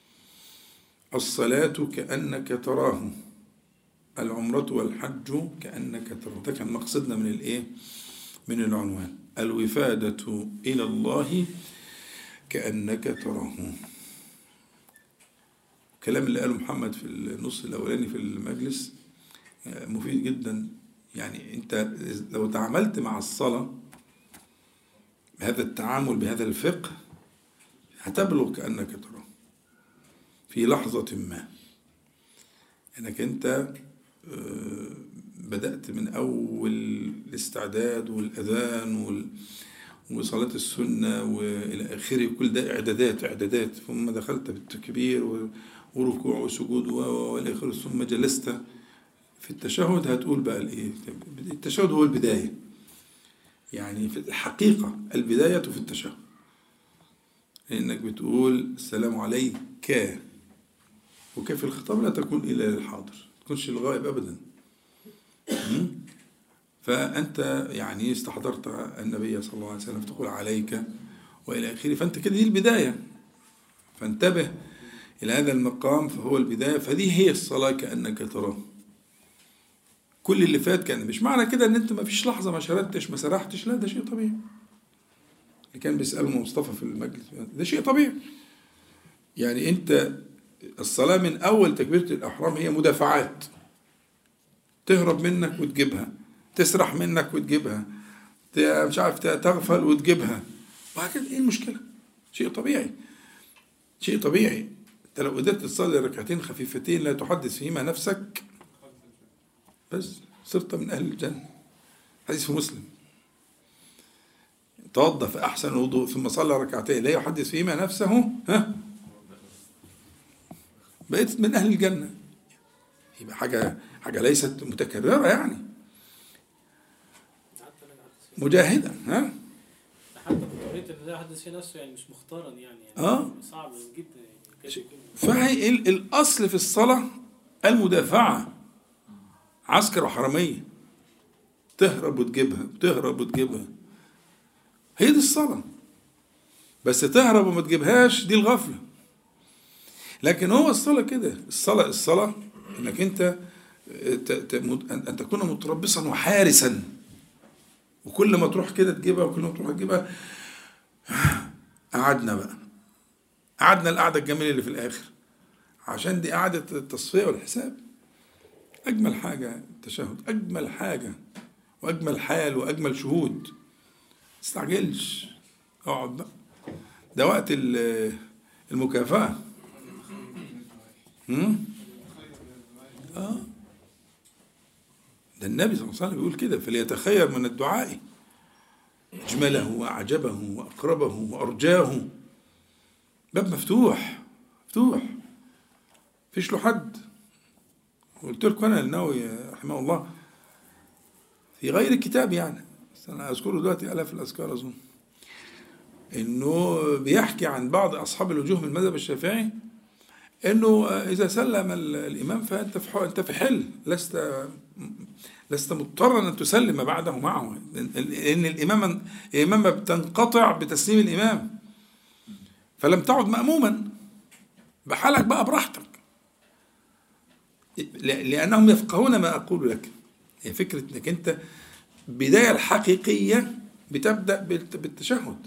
S1: الصلاة كأنك تراه، العمرة والحج كأنك تراه. ده كان مقصدنا من الإيه؟ من العنوان، الوفادة إلى الله كأنك تراه. الكلام اللي قاله محمد في النص الأولاني في المجلس مفيد جدا يعني. أنت لو تعاملت مع الصلاة بهذا التعامل بهذا الفقه هتبلغ كأنك تراه في لحظة ما، أنك أنت بدأت من أول الاستعداد والأذان وصلاة السنة وإلى آخره، كل ده إعدادات إعدادات، ثم دخلت بالتكبير وركوع وسجود وإلى آخره، ثم جلست في التشهد. هتقول بقى الإيه؟ التشهد هو البداية يعني، في الحقيقة البداية في التشهد، لأنك بتقول السلام عليك، وكيف الخطاب لا تكون إلا للحاضر، ما تكونش للغائب أبدا. فأنت يعني استحضرت النبي صلى الله عليه وسلم تقول عليك وإلى آخره، فأنت كده دي البداية، فانتبه إلى هذا المقام، فهو البداية، فدي هي الصلاة كأنك تراه. كل اللي فات كان مش معنى كده أن أنت ما فيش لحظة ما شردتش ما سرحتش، لا، ده شيء طبيعي. اللي كان بيسأله مصطفى في المجلس ده شيء طبيعي يعني. أنت الصلاة من أول تكبيرة الإحرام هي مدافعات، تهرب منك وتجيبها، تسرح منك وتجيبها، مش عارف تغفل وتجيبها، وهكذا. إيه المشكلة؟ شيء طبيعي، شيء طبيعي. أنت لو قدرت تصلي ركعتين خفيفتين لا تحدث فيهما نفسك بس صرت من أهل الجنة. حديث في مسلم: توضأ فأحسن الوضوء ثم صلى ركعتين لا يحدث فيهما نفسه، ها، بقيت من أهل الجنة. يبقى حاجة حاجة ليست متكررة يعني، مجاهدا. ها،
S2: حتى قريت ان ده يحدث فيه نفسه يعني مش مختارا يعني, يعني
S1: اه
S2: صعب جدا يعني.
S1: فهي الأصل في الصلاة المدافعة، عسكر وحرامية، تهرب وتجيبها، تهرب وتجيبها، هي دي الصلاة. بس تهرب وما تجيبهاش دي الغفلة. لكن هو الصلاة كده، الصلاة الصلاة انك انت ان تكون متربصا وحارسا، وكل ما تروح كده تجيبها، وكل ما تروح تجيبها. قعدنا بقى، قعدنا القعدة الجميلة اللي في الآخر، عشان دي قعدة التصفية والحساب. أجمل حاجة التشهد، أجمل حاجة وأجمل حال وأجمل شهود. تستعجلش، اقعد بقى، ده وقت المكافأة. امم اه ده النبي صلى الله عليه وسلم بيقول كده: فليتخير من الدعاء أجمله وأعجبه وأقربه وأرجاه. باب مفتوح مفتوح، فيش له حد. قلت لكم أنا النووي رحمه الله في غير الكتاب يعني، بس أنا أذكره دلوقتي آلاف الأذكار أظن، إنه بيحكي عن بعض أصحاب الوجوه من المذهب الشافعي إنه إذا سلم الإمام فأنت في أنت في حل، لست لست مضطرا أن تسلم بعده معه، لأن الإمام الإمامة بتنقطع بتسليم الإمام، فلم تعد مأموما، بحالك بقى براحتك، لأنهم يفقهون ما أقول لك. هي فكرة أنك أنت بداية الحقيقية بتبدأ بالتشهد،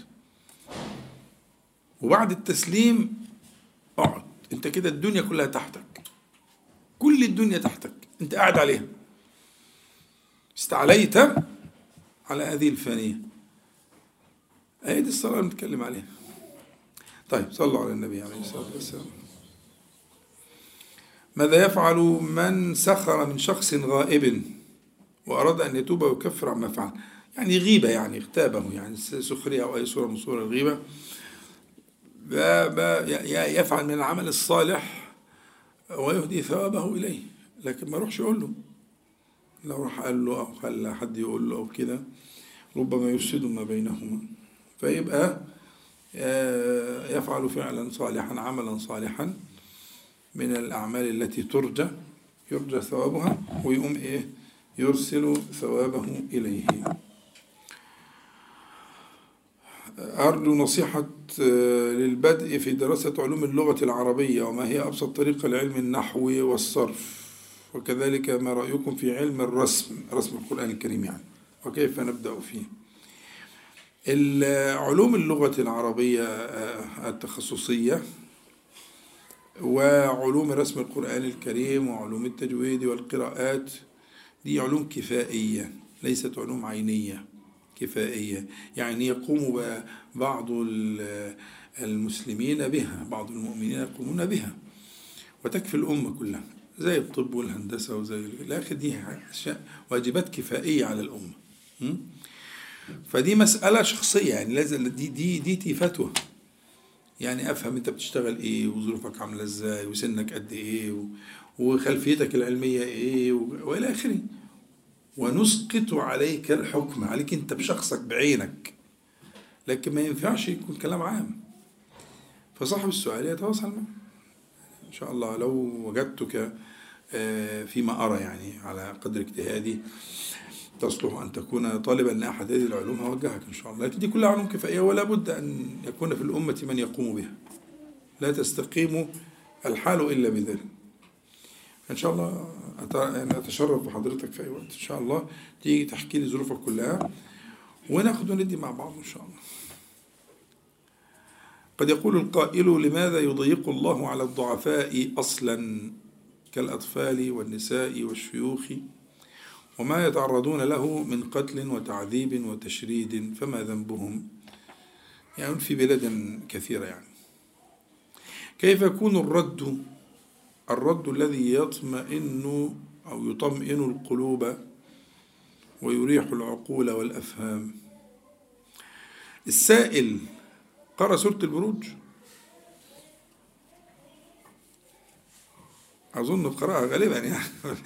S1: وبعد التسليم اقعد. أنت كده الدنيا كلها تحتك، كل الدنيا تحتك، أنت قاعد عليها، استعليت على هذه الفانية. هذه الصلاة اللي بنتكلم عليها. طيب، صلوا على النبي عليه الصلاة والسلام. ماذا يفعل من سخر من شخص غائب وأراد أن يتوب ويكفر عما فعل؟ يعني غيبة، يعني اغتابه، يعني سخرية أو أي صورة من صور الغيبة. يفعل من العمل الصالح ويهدي ثوابه إليه، لكن ما روحش يقول له. لو راح قال له أو خلى حد يقول له أو كده ربما يفسد ما بينهما. فيبقى يفعل فعلا صالحا، عملا صالحا من الأعمال التي ترجى يرجى ثوابها، ويقوم إيه يرسل ثوابه إليه. أرجو نصيحة للبدء في دراسة علوم اللغة العربية، وما هي أبسط طريقة لعلم النحو والصرف، وكذلك ما رأيكم في علم الرسم، رسم القرآن الكريم يعني، وكيف نبدأ فيه. علوم اللغة العربية التخصصية وعلوم رسم القرآن الكريم وعلوم التجويد والقراءات دي علوم كفائية، ليست علوم عينية، كفائية. يعني يقوم بعض المسلمين بها، بعض المؤمنين يقومون بها، وتكفي الأمة كلها، زي الطب والهندسة وزي الآخر. دي أشياء واجبات كفائية على الأمة. فدي مسألة شخصية، يعني لازم دي دي دي تي فتوى، يعني أفهم أنت بتشتغل إيه، وظروفك عاملة إزاي، وسنك قد إيه، وخلفيتك العلمية إيه، وإلى آخره، ونسقط عليك الحكم، عليك أنت بشخصك بعينك، لكن ما ينفعش يكون كلام عام. فصاحب السؤال يتواصل معه إن شاء الله. لو وجدتك فيما أرى يعني على قدر اجتهادي تصلح أن تكون طالبا لأحد هذه العلوم هوجهك إن شاء الله. لكن دي كلها علوم كفائية، ولا بد أن يكون في الأمة من يقوم بها، لا تستقيم الحال إلا بذلك. إن شاء الله أنا أتشرف بحضرتك في أي وقت إن شاء الله تيجي تحكي لي ظروفك كلها، وناخد وندي مع بعض إن شاء الله. قد يقول القائل: لماذا يضيق الله على الضعفاء أصلا كالأطفال والنساء والشيوخ، وما يتعرضون له من قتل وتعذيب وتشريد، فما ذنبهم؟ يعني في بلاد كثيرة يعني. كيف يكون الرد الرد الذي يطمئن أو يطمئن القلوب ويريح العقول والأفهام؟ السائل قرأ سورة البروج؟ أظن قرأها غالبا يعني.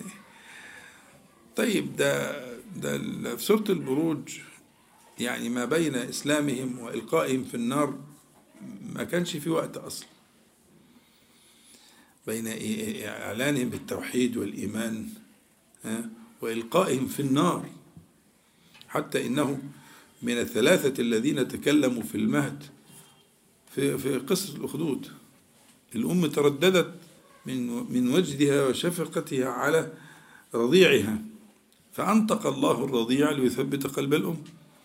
S1: طيب ده ده في سورة البروج يعني ما بين إسلامهم وإلقائهم في النار ما كانش في وقت أصلا، بين إعلانهم بالتوحيد والإيمان وإلقائهم في النار. حتى إنه من الثلاثة الذين تكلموا في المهد في في قصة الأخدود، الأم ترددت من من وجدها وشفقتها على رضيعها، فأنطق الله الرضيع ليثبت قلب الأم.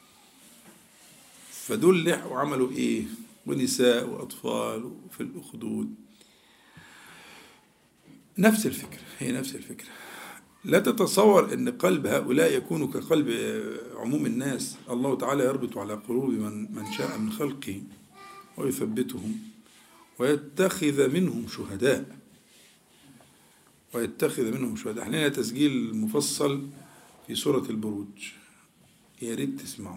S1: فدول لحقوا وعملوا إيه؟ ونساء وأطفال في الأخدود. نفس الفكرة، هي نفس الفكرة. لا تتصور أن قلب هؤلاء يكون كقلب عموم الناس. الله تعالى يربط على قلوب من, من شاء من خلقه ويثبتهم ويتخذ منهم شهداء ويتخذ منهم شهداء. احنا تسجيل مفصل في سورة البروج، يا ريت تسمعوا،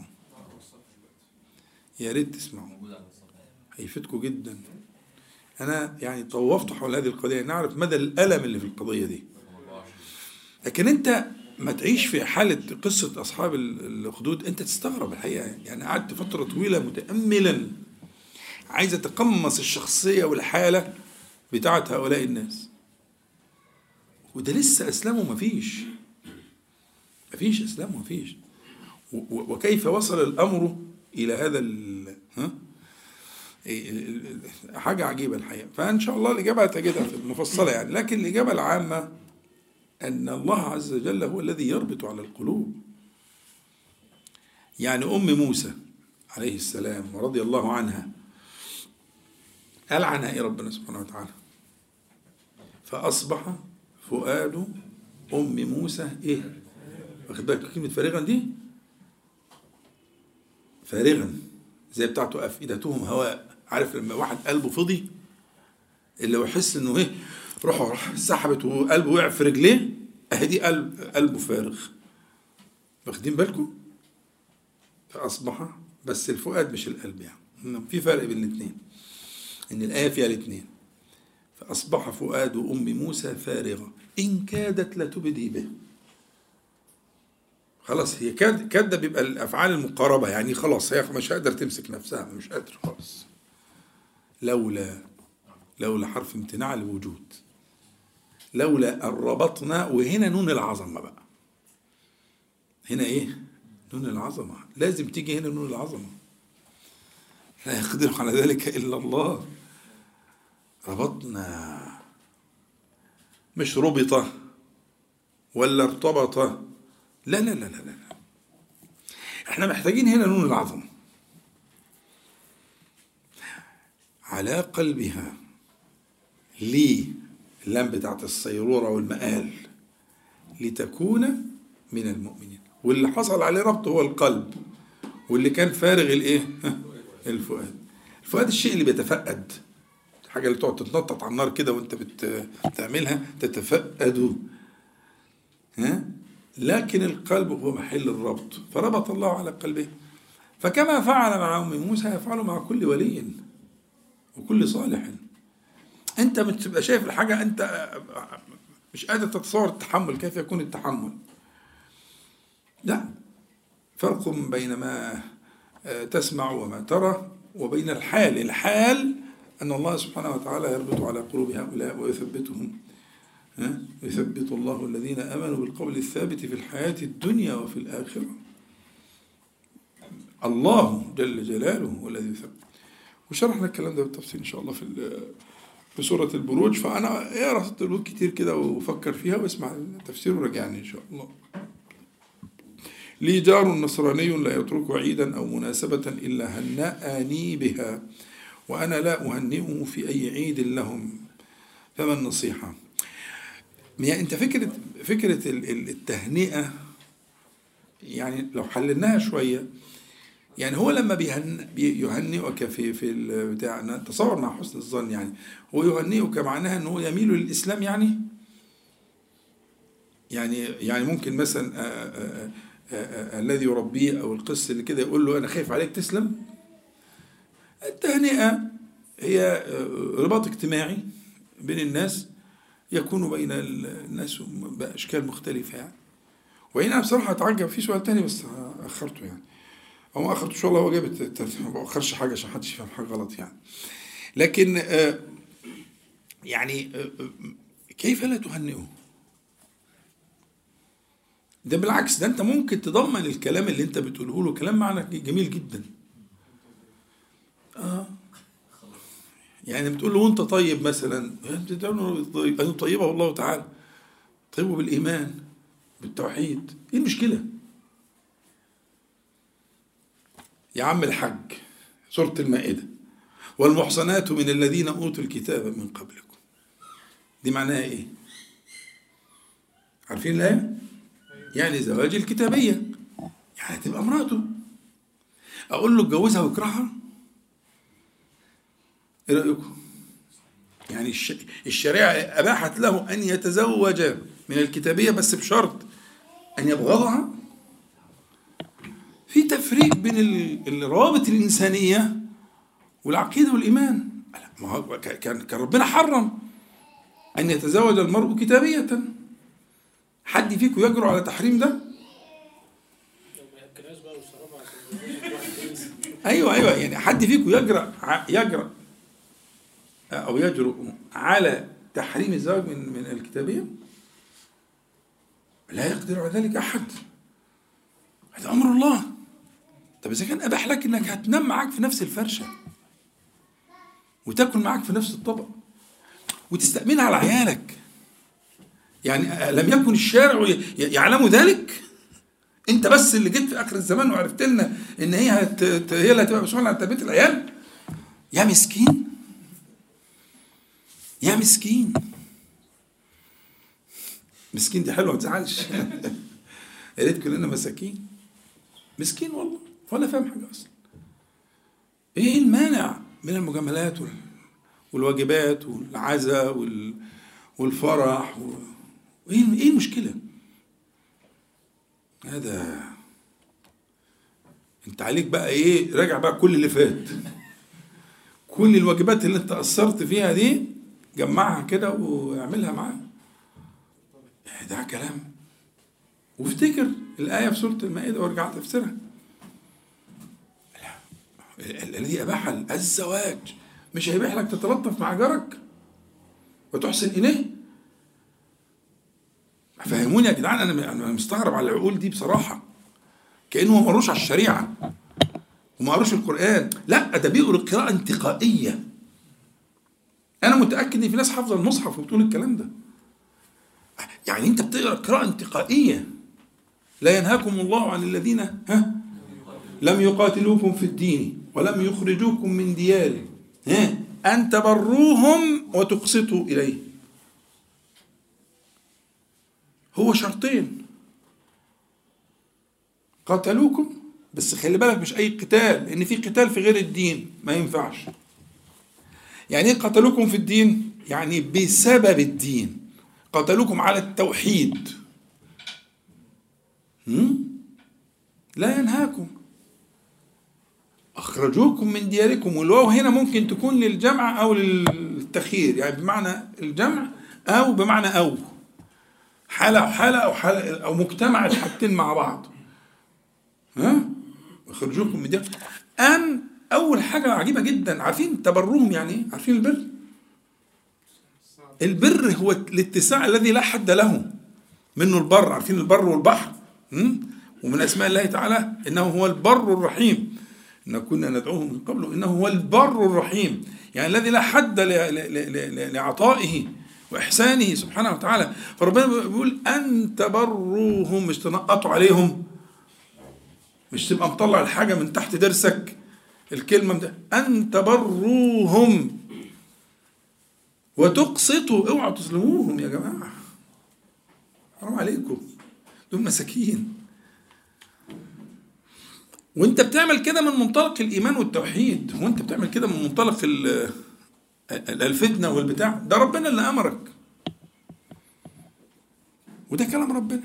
S1: يا ريت تسمعوا، هيفيدكم جدا. أنا يعني طوفت حول هذه القضية، نعرف مدى الألم اللي في القضية دي. لكن أنت ما تعيش في حالة قصة أصحاب الأخدود أنت تستغرب الحقيقة. يعني قعدت فترة طويلة متأملا، عايز أتقمص الشخصية والحالة بتاعت هؤلاء الناس، وده لسه أسلامه ما فيش ما فيش أسلامه ما فيش. وكيف وصل الأمر إلى هذا ال ها حاجة عجيبة الحقيقة. فإن شاء الله الإجابة هتجدها في المفصلة يعني، لكن الإجابة العامة أن الله عز وجل هو الذي يربط على القلوب. يعني أم موسى عليه السلام ورضي الله عنها قال عنها إيه ربنا سبحانه وتعالى؟ فأصبح فؤاد أم موسى إيه؟ واخد بالك كلمة فارغا دي؟ فارغا زي بتاعته أفئدتهم هواء. عارف لما واحد قلبه فضي اللي هو يحس إنه إيه روحه راح سحبت وقلبه وقع في رجليه، أهدي قلب قلبه فارغ. واخدين بالكم؟ فأصبح، بس الفؤاد مش القلب يعني، في فرق بين الاثنين، إن الآية فيها الاثنين. فأصبح فؤاد أم موسى فارغة إن كادت لتبدي به. خلاص هي كاد كاد بيبقى الأفعال المقاربة يعني، خلاص هي مش قادرة تمسك نفسها، مش قادرة خلاص. لولا لولا حرف امتناع الوجود، لولا الربطنا، وهنا نون العظمة بقى. هنا إيه؟ نون العظمة، لازم تيجي هنا نون العظمة، لا يقدر على ذلك إلا الله. ربطنا، مش ربطة ولا ارتبطة، لا لا لا لا لا، احنا محتاجين هنا نون العظمة على قلبها. ليه؟ اللام بتاعت الصيرورة والمآل، لتكون من المؤمنين. واللي حصل عليه ربط هو القلب، واللي كان فارغ الايه؟ الفؤاد. الفؤاد الشيء اللي بيتفقد، الحاجة اللي تقعد تتنطط على النار كده وانت بتعملها تتفقد، ها؟ لكن القلب هو محل الربط، فربط الله على قلبه. فكما فعل مع أم موسى يفعل مع كل ولي وكل صالح. انت بتبقى شايف الحاجة انت مش قادر تتصور التحمل، كيف يكون التحمل؟ لا، فرق بين ما تسمع وما ترى وبين الحال. الحال أن الله سبحانه وتعالى يربط على قلوب هؤلاء ويثبتهم. يثبت الله الذين آمنوا بالقول الثابت في الحياة الدنيا وفي الآخرة. الله جل جلاله هو الذي يثبت. وشرحنا الكلام ده بالتفصيل إن شاء الله في في سورة البروج. فأنا اقرأ سورة البروج كتير كده وفكر فيها واسمع التفسير ورجعني إن شاء الله. لي جار نصراني لا يترك عيدا أو مناسبة إلا هنأني بها، وأنا لا أهنئه في أي عيد لهم، فما النصيحة؟ يعني أنت فكرة فكرة التهنئة يعني لو حللناها شوية، يعني هو لما بيهن بيهنئك في في بتاع، تصور مع حسن الظن، يعني هو يهنئك معناها ان هو يميل للاسلام، يعني يعني يعني ممكن مثلا آآ آآ آآ الذي يربيه او القس اللي كده يقول له انا خايف عليك تسلم. التهنئه هي رباط اجتماعي بين الناس يكون بين الناس باشكال مختلفه يعني. وهنا بصراحه اتعجب في سؤال تاني بس اخرته يعني، او ما اخرته ان شاء الله، هو جاب ما باخرش حاجه عشان محدش يفهم حاجه غلط يعني. لكن يعني كيف لا تهنئه؟ ده بالعكس، ده انت ممكن تضمن الكلام اللي انت بتقوله له كلام معنى جميل جدا. اه يعني بتقول له وانت طيب مثلا، بتقول له طيب، انا طيبه والله تعالى، طيبه بالايمان بالتوحيد، ايه المشكله؟ يا عم الحاج، سورة المائدة، والمحصنات من الذين اوتوا الكتاب من قبلكم، دي معناها ايه؟ عارفين الايه؟ يعني زواج الكتابيه، يعني تبقى مراته. اقول له اتجوزها واكرهها؟ ايه رايكم؟ يعني الشريعه اباحت له ان يتزوج من الكتابيه بس بشرط ان يبغضها. في تفريق بين الروابط الانسانيه والعقيده والايمان. ما هو كان كان ربنا حرم ان يتزوج المرء كتابيه. حد فيكم يجرؤ على تحريم ده؟ ايوه ايوه يعني حد فيكم يجرأ يجرأ او يجرؤ على تحريم الزواج من من الكتابيه؟ لا يقدر على ذلك احد، هذا امر الله. طب اذا كان اباح لك انك هتنام معاك في نفس الفرشه وتاكل معاك في نفس الطبق وتستأمنها على عيالك، يعني لم يكن الشارع يعلم ذلك؟ انت بس اللي جيت في اخر الزمان وعرفت لنا ان هي هت... هي اللي هتبقى مسؤوله عن تربيه العيال؟ يا مسكين يا مسكين مسكين دي حلوه ما تزعلش. يا ريت كلنا مساكين. مسكين والله ولا فاهم حاجه اصلا. ايه المانع من المجاملات والواجبات والعزاء وال... والفرح و... ايه ايه المشكله؟ هذا انت عليك بقى ايه، راجع بقى كل اللي فات، كل الواجبات اللي انت قصرت فيها دي جمعها كده واعملها معاه. ده كلام. وافتكر الآية في سورة المائدة وارجع تفسيرها، الذي أباح الزواج مش هيبيح لك تتلطف مع جارك وتحسن إليه؟ فهموني يا جدعان، أنا مستغرب على العقول دي بصراحة، كأنه ما قروش على الشريعة وما قروش القرآن. لا، ده بيقروا قراءة انتقائية. أنا متأكد إن في ناس حافظة المصحف وبتقول الكلام ده. يعني أنت بتقرأ قراءة انتقائية. لا ينهاكم الله عن الذين ها لم يقاتلوكم في الدين ولم يخرجوكم من ديارهم ها أن تبروهم وتقسطوا إليه. هو شرطين، قاتلوكم بس خلي بالك مش أي قتال، لأن في قتال في غير الدين ما ينفعش. يعني إيه قاتلوكم في الدين؟ يعني بسبب الدين، قاتلوكم على التوحيد. لا ينهاكم، أخرجوكم من دياركم. والواو هنا ممكن تكون للجمع أو للتخيير، يعني بمعنى الجمع أو بمعنى أو حالة أو حالة أو حالة أو مجتمع الحاجتين مع بعض. ها أخرجوكم من دياركم. أن أول حاجة عجيبة جدا، عارفين تبرهم يعني إيه؟ عارفين البر؟ البر هو الاتساع الذي لا حد له، منه البر. عارفين البر والبحر؟ ومن أسماء الله تعالى إنه هو البر الرحيم، إن كنا ندعوه من قبل إنه هو البر الرحيم، يعني الذي لا حد لعطائه وإحسانه سبحانه وتعالى. فربنا بيقول أن تبروهم، مش تنقطوا عليهم، مش تبقى مطلع الحاجة من تحت درسك. الكلمة ده أن تبروهم وتقسطوا. اوعوا تظلموهم يا جماعة، حرام عليكم، دول مساكين. وانت بتعمل كده من منطلق الايمان والتوحيد، وانت بتعمل كده من منطلق الفتنه والبتاع، ده ربنا اللي امرك، وده كلام ربنا.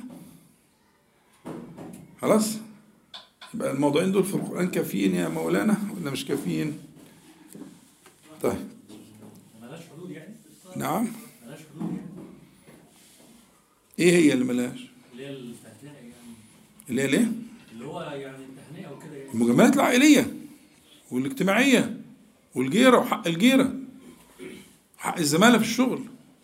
S1: خلاص، يبقى الموضوعين دول في القرآن كافيين يا مولانا ولا مش كافيين؟ طيب
S2: ملهاش حدود يعني؟
S1: نعم.
S2: ملهاش حدود يعني؟
S1: ايه هي اللي ملهاش؟
S2: اللي هي التهنئة يعني.
S1: اللي هي ليه؟
S2: اللي هو يعني التهنئة وكده يعني.
S1: المجاملات العائلية والاجتماعية والجيرة وحق الجيرة، حق الزمالة في الشغل،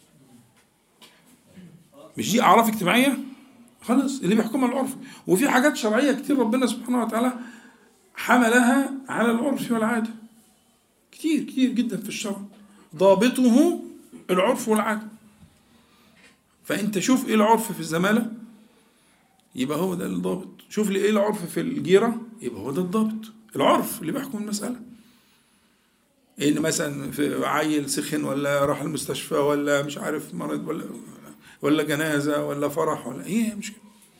S1: مش دي أعراف اجتماعية؟ خلاص اللي بيحكمها العرف. وفي حاجات شرعية كتير ربنا سبحانه وتعالى حملها على العرف والعادة، كتير كتير جدا في الشرع، ضابطه العرف والعادة. فأنت شوف إيه العرف في الزمالة يبقى هو ده الضابط، شوف لي إيه العرف في الجيرة يبقى هو ده الضابط، العرف اللي بيحكم المسألة. إن مثلا في عيل سخن ولا راح المستشفى ولا مش عارف مرض ولا ولا جنازة ولا فرح ولا إيه مشكلة،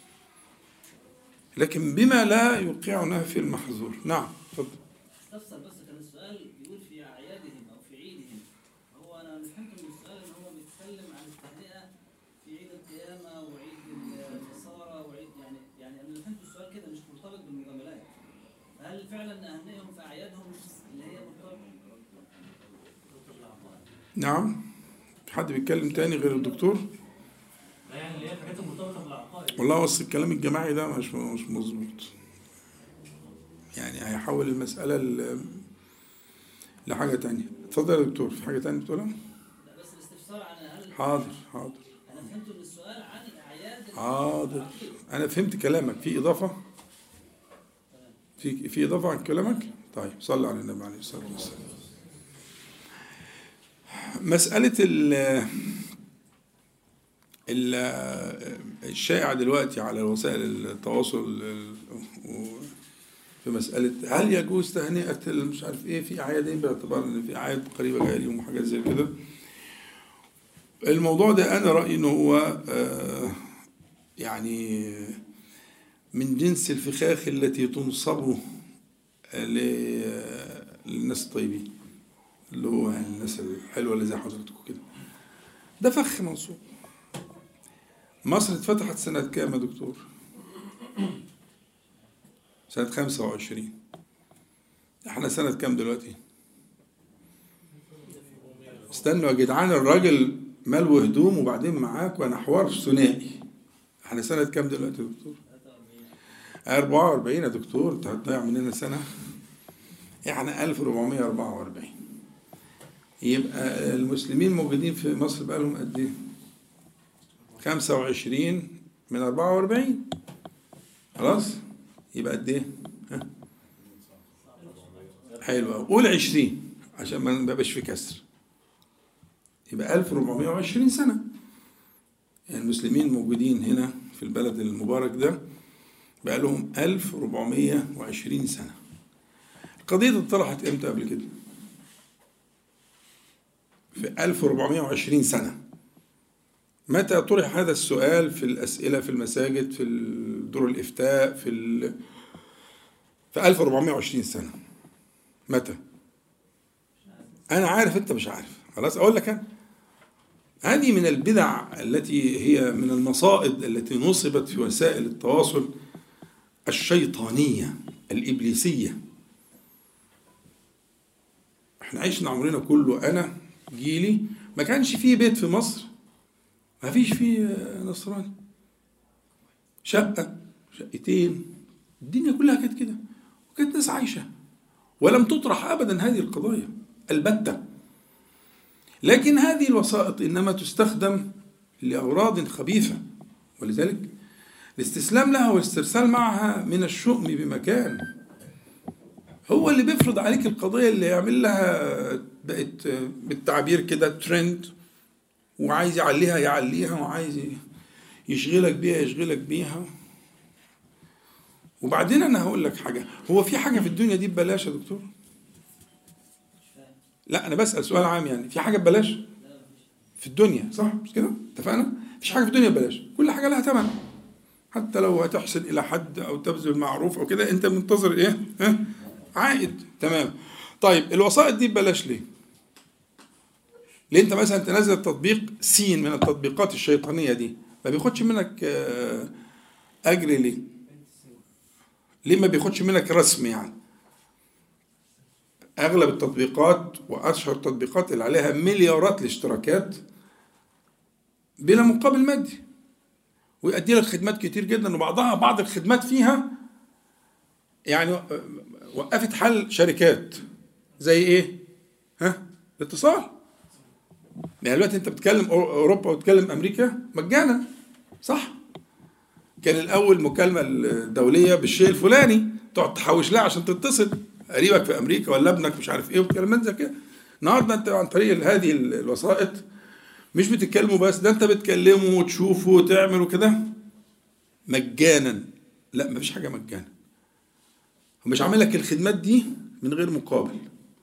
S1: لكن بما لا يوقعنا في المحظور. نعم اتفضل.
S4: استفسر بس، كان السؤال بيقول في أعيادهم أو في عيدهم، هو أنا اللي فهمت من السؤال إن هو بيتكلم عن التهنئة في عيد القيامة وعيد النصارى وعيد يعني يعني أنا اللي فهمت السؤال كده مش مرتبط بالمجاملات. هل فعلا نهنئهم في أعيادهم اللي هي مرتبطة؟
S1: نعم، في حد بيتكلم تاني غير الدكتور؟
S2: يعني اللي هي الحاجات المرتبطة بالعقائد.
S1: والله بس الكلام الجماعي ده مش مش مظبوط، يعني هيحول المسألة لحاجة تانية. اتفضل يا دكتور، في حاجة تانية بتقولها؟
S4: لا بس الاستفسار عن هل
S1: حاضر حاضر
S4: أنا فهمت من السؤال عن الأعياد.
S1: حاضر، أنا فهمت كلامك. في إضافة؟ في في إضافة عن كلامك؟ طيب صلى على النبي عليه الصلاة والسلام. مسألة ال الشائع دلوقتي على وسائل التواصل في مسألة هل يجوز تهنئة مش عارف ايه في أعيادين باعتبار ان في أعياد قريبة جاية اليوم وحاجات زي كده. الموضوع ده أنا رأيي إنه هو يعني من جنس الفخاخ التي تنصب للناس الطيبين، اللي هو يعني الناس الحلوة اللي زي حضرتكم كده، ده فخ منصوب. مصر اتفتحت سنة كام يا دكتور؟ سنة خمسة وعشرين. احنا سنة كام دلوقتي؟ استنوا يا جدعان، الراجل ملو هدوم وبعدين معاك وانا حوار ثنائي. احنا سنة كام دلوقتي يا دكتور؟ أربعة وأربعين يا دكتور، انت هتضيع مننا سنة. احنا ألف وأربعمائة وأربعة وأربعين. يبقى المسلمين موجودين في مصر بقالهم قد ايه؟ خمسة وعشرين من أربعة وأربعين. خلاص؟ يبقى قد ايه؟ حلو قوي، قول عشرين عشان ما نبقاش في كسر. يبقى ألف وأربعمائة وعشرين سنة. يعني المسلمين موجودين هنا في البلد المبارك ده بقى لهم ألف وأربعمائة وعشرين سنة. القضية دي اتطرحت امتى قبل كده؟ في ألف وأربعمائة وعشرين سنة. متى طرح هذا السؤال في الأسئلة في المساجد، في دور الإفتاء، في ال... في ألف وأربعمائة وعشرين سنة؟ متى؟ أنا عارف أنت مش عارف، خلاص أقول لك أنا. هذه من البدع التي هي من المصائد التي نصبت في وسائل التواصل الشيطانية الإبليسية. احنا عشنا عمرنا كله، أنا جيلي ما كانش فيه بيت في مصر ما فيش فيه نصراني، شقة شقتين، الدنيا كلها كانت كده، وكانت ناس عايشة، ولم تطرح أبدا هذه القضايا البتة. لكن هذه الوسائط إنما تستخدم لأغراض خبيثة، ولذلك الاستسلام لها والاسترسال معها من الشؤم بمكان. هو اللي بيفرض عليك القضية اللي يعمل لها بقت بالتعبير كده ترند، وعايز يعليها يعليها، وعايز يشغلك بيها يشغلك بيها. وبعدين أنا هقول لك حاجة، هو في حاجة في الدنيا دي ببلاش يا دكتور؟ لا أنا بسأل سؤال عام، يعني في حاجة ببلاش في الدنيا؟ صح مش كده؟ اتفقنا؟ مفيش حاجة في الدنيا ببلاش، كل حاجة لها ثمن. حتى لو هتحسن الى حد او تبذل معروف او كده انت منتظر ايه؟ ها؟ عائد. تمام. طيب الوسائط دي ببلاش ليه؟ ليه انت مثلا تنزل تطبيق سين من التطبيقات الشيطانيه دي ما بياخدش منك اجر ليه؟ ليه ما بياخدش منك رسم؟ يعني اغلب التطبيقات واشهر التطبيقات اللي عليها مليارات الاشتراكات بلا مقابل مادي، ويؤدي لك خدمات كتير جدا، وبعضها بعض الخدمات فيها يعني وقفت حل شركات زي ايه؟ ها؟ الاتصال. يعني دلوقتي انت بتتكلم اوروبا وتتكلم امريكا مجانا، صح؟ كان الاول مكالمه الدوليه بالشيء الفلاني تقعد تحوش لها عشان تتصل قريبك في امريكا ولا ابنك مش عارف ايه وكلام زي كده. النهارده انت عن طريق هذه الوسائط مش بتتكلموا بس، ده انت بتكلموا وتشوفوا وتعملوا كده مجانا. لا مفيش حاجه مجانا، هو مش عامل لك الخدمات دي من غير مقابل.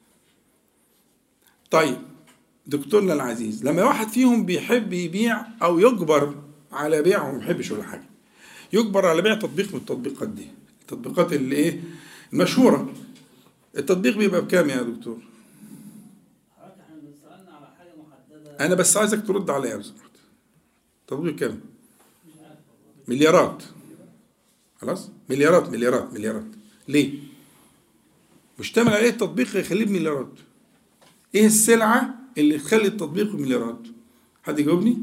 S1: طيب دكتورنا العزيز، لما واحد فيهم بيحب يبيع او يجبر على بيع، هو ما بيحبش ولا حاجه، يجبر على بيع تطبيق من التطبيقات دي، التطبيقات اللي ايه المشهوره، التطبيق بيبقى بكام يا دكتور؟ انا بس عايزك ترد عليا لو سمحت. تطبيق كام؟ مليارات. خلاص مليارات مليارات مليارات. ليه؟ مشتمل عليه التطبيق يخليه بمليارات. ايه السلعه اللي تخلي التطبيق بمليارات؟ حد يجاوبني؟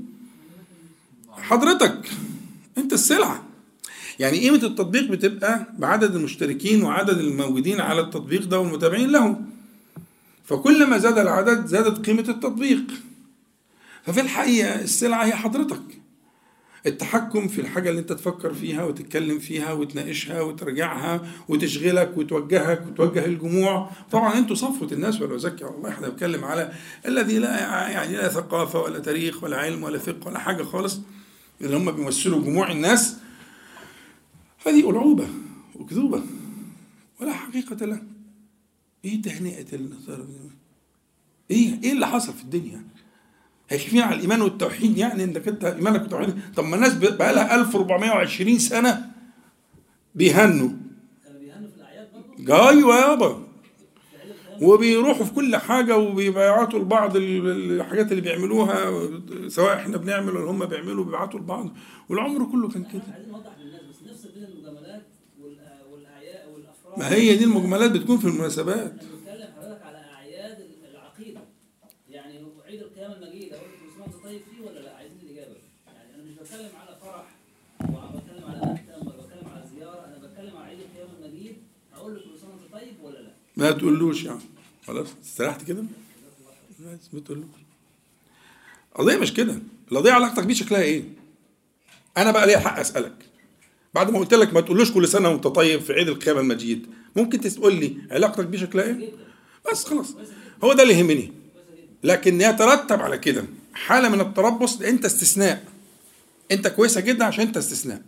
S1: حضرتك انت السلعه. يعني قيمه التطبيق بتبقى بعدد المشتركين وعدد الموجودين على التطبيق ده والمتابعين له، فكل ما زاد العدد زادت قيمه التطبيق. ففي الحقيقه السلعه هي حضرتك، التحكم في الحاجة اللي انت تفكر فيها وتتكلم فيها وتناقشها وترجعها وتشغلك وتوجهك وتوجه الجموع. طبعا انتوا صفوة الناس ولا أزكي والله، احنا بنتكلم على الذي لا يعني لا ثقافة ولا تاريخ ولا علم ولا فقه ولا حاجة خالص، اللي هم بيمثلوا جموع الناس. هذه ألعوبة وكذوبة ولا حقيقة لها. ايه تهنئة النصارى؟ ايه ايه اللي حصل في الدنيا؟ هيخفين على الإيمان والتوحيد؟ يعني انت كنت إيمانك والتوحيد. طب ما الناس بقى لها ألف وأربعمائة وعشرين سنة بيهنوا.
S4: كانوا بيهنوا في الأعياد برضه؟
S1: أيوة يابا، وبيروحوا في كل حاجة وبيبعتوا لبعض الحاجات اللي بيعملوها، سواء احنا بنعمل ولا هم بيعملوا، بيبعتوا لبعض، والعمر كله كان كده.
S4: عايزين نوضح للناس بس نفس بين المجاملات والأعياد والأفراح.
S1: ما هي دي المجاملات بتكون في المناسبات.
S4: احنا بنتكلم حضرتك على أعياد العقيدة، يعني عيد القيامة المجيد، أقول لك مسلمان طيب فيه ولا لا؟ عايزين الإجابة. يعني أنا مش بتكلم على فرح وبتكلم على مهتم ولا بتكلم على زيارة، أنا بتكلم على عيد القيامة المجيد، أقول لك مسلمان طيب ولا لا؟
S1: ما تقولوش يعني خلاص استريحت كده؟ ما تقولوش. القضية مش كده، القضية علاقتك بيه شكلها ايه؟ أنا بقى ليا حق أسألك بعد ما قلت لك ما تقولوش كل سنة وأنت طيب في عيد القيامة المجيد، ممكن تقول لي علاقتك بيه شكلها ايه؟ بس خلاص، هو ده اللي يهمني. لكن يترتب على كده حالة من التربص، انت استثناء، انت كويسة جدا عشان انت استثناء،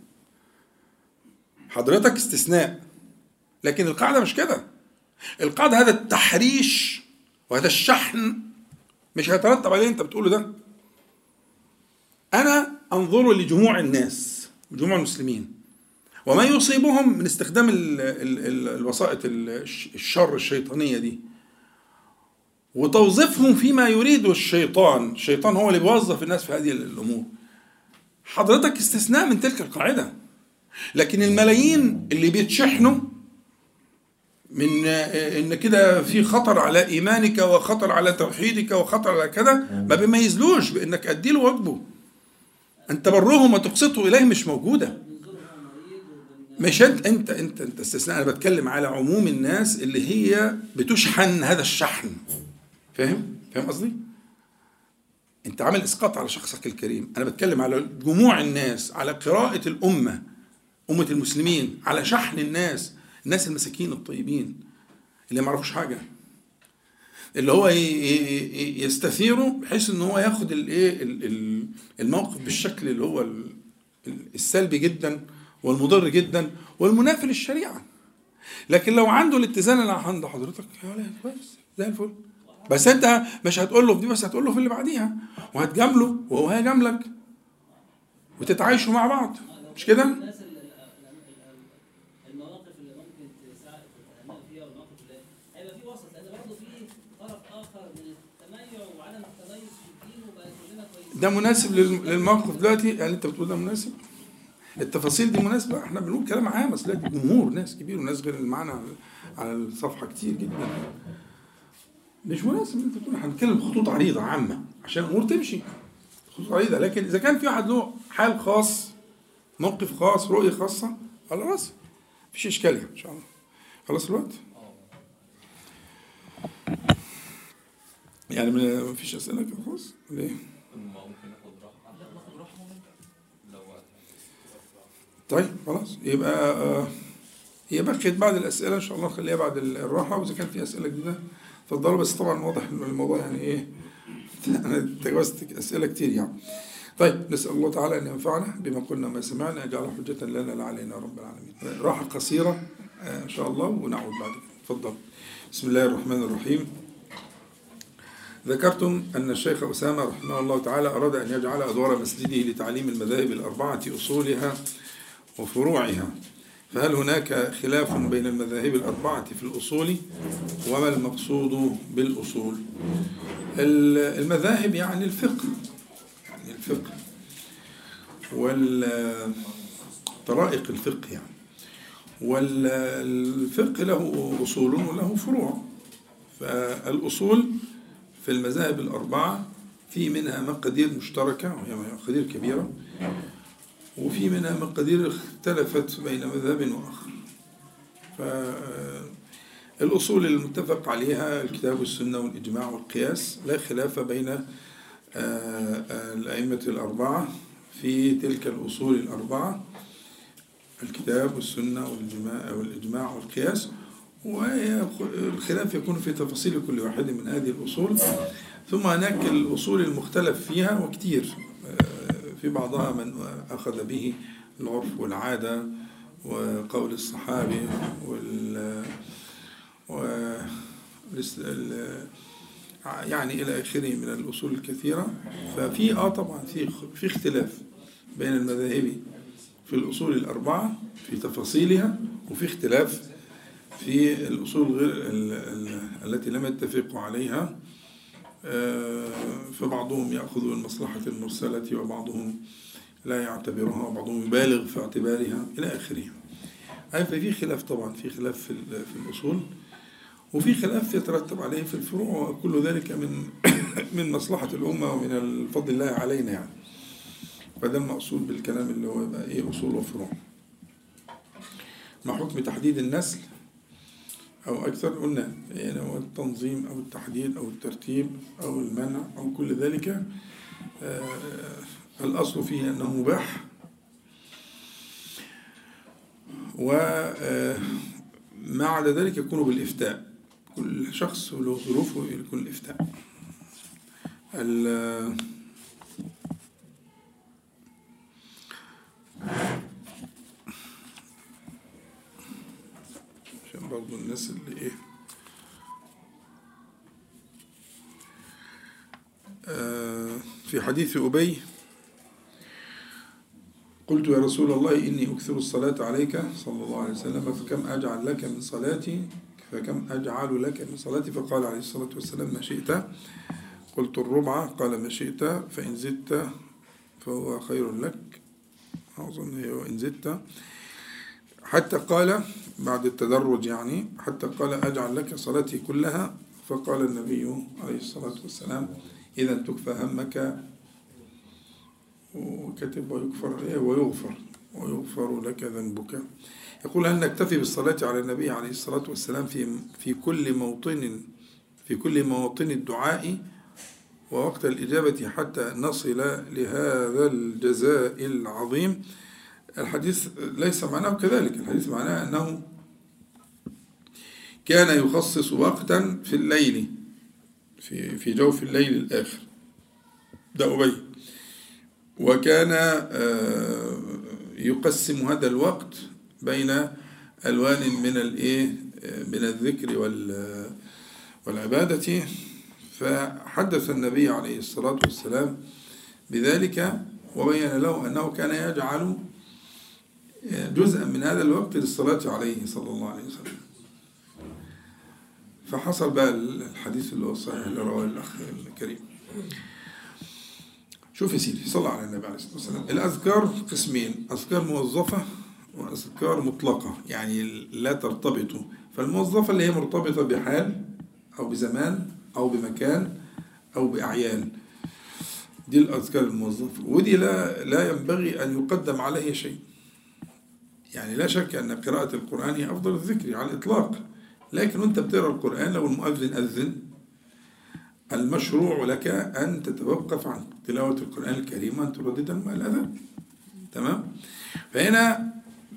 S1: حضرتك استثناء، لكن القاعدة مش كده. القاعدة هذا التحريش وهذا الشحن مش هيترتب عليه انت بتقوله ده. انا انظر لجموع الناس، جموع المسلمين، وما يصيبهم من استخدام ال ال ال الوسائط الشر الشيطانية دي وتوظيفهم فيما يريده الشيطان. الشيطان هو اللي بيوظف الناس في هذه الأمور. حضرتك استثناء من تلك القاعدة، لكن الملايين اللي بيتشحنوا من ان كده في خطر على ايمانك وخطر على توحيدك وخطر على كذا، ما بيميزلوش بانك ادي له واجبه، ان تبرهم وتقسطوا اليه مش موجوده. مش انت انت انت انت استثناء، انا بتكلم على عموم الناس اللي هي بتشحن هذا الشحن. فاهم فاهم قصدي؟ انت عامل اسقاط على شخصك الكريم. انا بتكلم على جموع الناس، على قراءة الامة، امة المسلمين، على شحن الناس، الناس المساكين الطيبين اللي ما يعرفوش حاجة، اللي هو يستثيروا بحيث ان هو ياخد الايه الموقف بالشكل اللي هو السلبي جدا والمضر جدا والمنافي للشريعة. لكن لو عنده الاتزان اللي عند حضرتك كويس زي الفل، بس انت مش هتقول له في دي بس، هتقول له في اللي بعديها، وهتجامله وهو هيجاملك وتتعايشوا مع بعض، مش كده؟
S4: الناس اللي
S1: ده مناسب للم- للموقف دلوقتي، يعني انت بتقول ده مناسب، التفاصيل دي مناسبة، احنا بنقول كلام عام، اصل دلوقتي جمهور ناس كبير وناس غير اللي معانا على على الصفحة كتير جدا. مش مناسب ان انت تقول هنتكلم خطوط عريضة عامة عشان الامور تمشي خطوط عريضة، لكن اذا كان في واحد له حال خاص، موقف خاص، رؤية خاصة، على راسي، مفيش اشكال يعني ان شاء الله. خلاص الوقت يعني، من- مفيش اسئلة كده خلاص ليه؟
S3: ممكن ناخد راحة. لا ناخد راحة لو وقت.
S1: طيب خلاص يبقى آه، هي بقت بعد الأسئلة إن شاء الله نخليها بعد الراحة، وإذا كان في أسئلة جديدة اتفضلوا، بس طبعا واضح إن الموضوع يعني إيه أنا تجاوزت أسئلة كتير يعني. طيب نسأل الله تعالى أن ينفعنا بما قلنا ما سمعنا، يجعله حجة لنا لا علينا رب العالمين. راحة قصيرة آه، إن شاء الله ونعود بعد كده. اتفضل. بسم الله الرحمن الرحيم. ذكرتم أن الشيخ أسامة رحمه الله تعالى أراد أن يجعل أدوار مسجده لتعليم المذاهب الأربعة أصولها وفروعها، فهل هناك خلاف بين المذاهب الأربعة في الأصول؟ وما المقصود بالأصول؟ المذاهب يعني الفقه، يعني الفقه والطرائق الفقه يعني، والفقه له أصول وله فروع. فالأصول في المذاهب الأربعة في منها مقادير مشتركة وهي مقادير كبيرة، وفي منها مقادير اختلفت بين مذهب وآخر. فالأصول المتفق عليها الكتاب والسنة والإجماع والقياس، لا خلاف بين الأئمة الأربعة في تلك الأصول الأربعة، الكتاب والسنة والإجماع والقياس، والخلاف يكون في تفاصيل كل واحد من هذه الأصول. ثم هناك الأصول المختلف فيها وكتير، في بعضها من أخذ به العرف والعادة وقول الصحابي وال يعني إلى آخره من الأصول الكثيرة. ففي آه طبعا في في اختلاف بين المذاهب في الأصول الأربعة في تفاصيلها، وفي اختلاف في الأصول غير التي لم يتفقوا عليها، فبعضهم يأخذ بالمصلحة المرسلة وبعضهم لا يعتبرها وبعضهم يبالغ في اعتبارها إلى آخره. ففي خلاف طبعا، في خلاف في الأصول، وفي خلاف يترتب عليه في الفروع، وكل ذلك من من مصلحة الأمة ومن الفضل الله علينا يعني. فده المقصود بالكلام اللي هو يبقى إيه أصول وفروع. ما حكم تحديد النسل أو أكثر؟ قلنا يعني هو التنظيم أو التحديد أو الترتيب أو المنع أو كل ذلك، آه الأصل فيه أنه مباح، وما عدا ذلك يكون بالإفتاء، كل شخص له ظروفه يكون الإفتاء. عشان برضو الناس اللي إيه آه في حديث أبي قلت يا رسول الله إني أكثر الصلاة عليك صلى الله عليه وسلم، فكم أجعل لك من صلاتي فكم أجعل لك من صلاتي؟ فقال عليه الصلاة والسلام ما شئت. قلت الربع. قال ما شئت، فإن زدت فهو خير لك. أظن هو إن زدت، حتى قال بعد التدرج يعني، حتى قال أجعل لك صلاتي كلها. فقال النبي عليه الصلاة والسلام إذا تكفى همك وكتب ويغفر ويغفر ويغفر لك ذنبك. يقول هل نكتفي بالصلاة على النبي عليه الصلاة والسلام في في كل موطن في كل مواطن الدعاء ووقت الإجابة حتى نصل لهذا الجزاء العظيم؟ الحديث ليس معناه كذلك، الحديث معناه أنه كان يخصص وقتا في الليل، في في جوف الليل الآخر، ده أبي، وكان يقسم هذا الوقت بين ألوان من الإيه من الذكر والعبادة. فحدث النبي عليه الصلاة والسلام بذلك، وبين له أنه كان يجعل جزءا من هذا الوقت للصلاة عليه صلى الله عليه وسلم. فحصل بقى الحديث اللي هو الصحيح اللي رواه الأخ الكريم. شوف يا سيدي، صلى على النبي عليه الصلاة والسلام. الأذكار قسمين: أذكار موظفة وأذكار مطلقة، يعني لا ترتبط. فالموظفة اللي هي مرتبطة بحال أو بزمان أو بمكان أو بأعيان، دي الأذكار الموظفة، ودي لا لا ينبغي أن يقدم عليها شيء. يعني لا شك أن قراءة القرآن هي أفضل الذكر على الإطلاق، لكن وأنت بتقرأ القرآن لو المؤذن أذن، المشروع لك أن تتوقف عن تلاوة القرآن الكريم وأن تردد الأذان. تمام؟ فهنا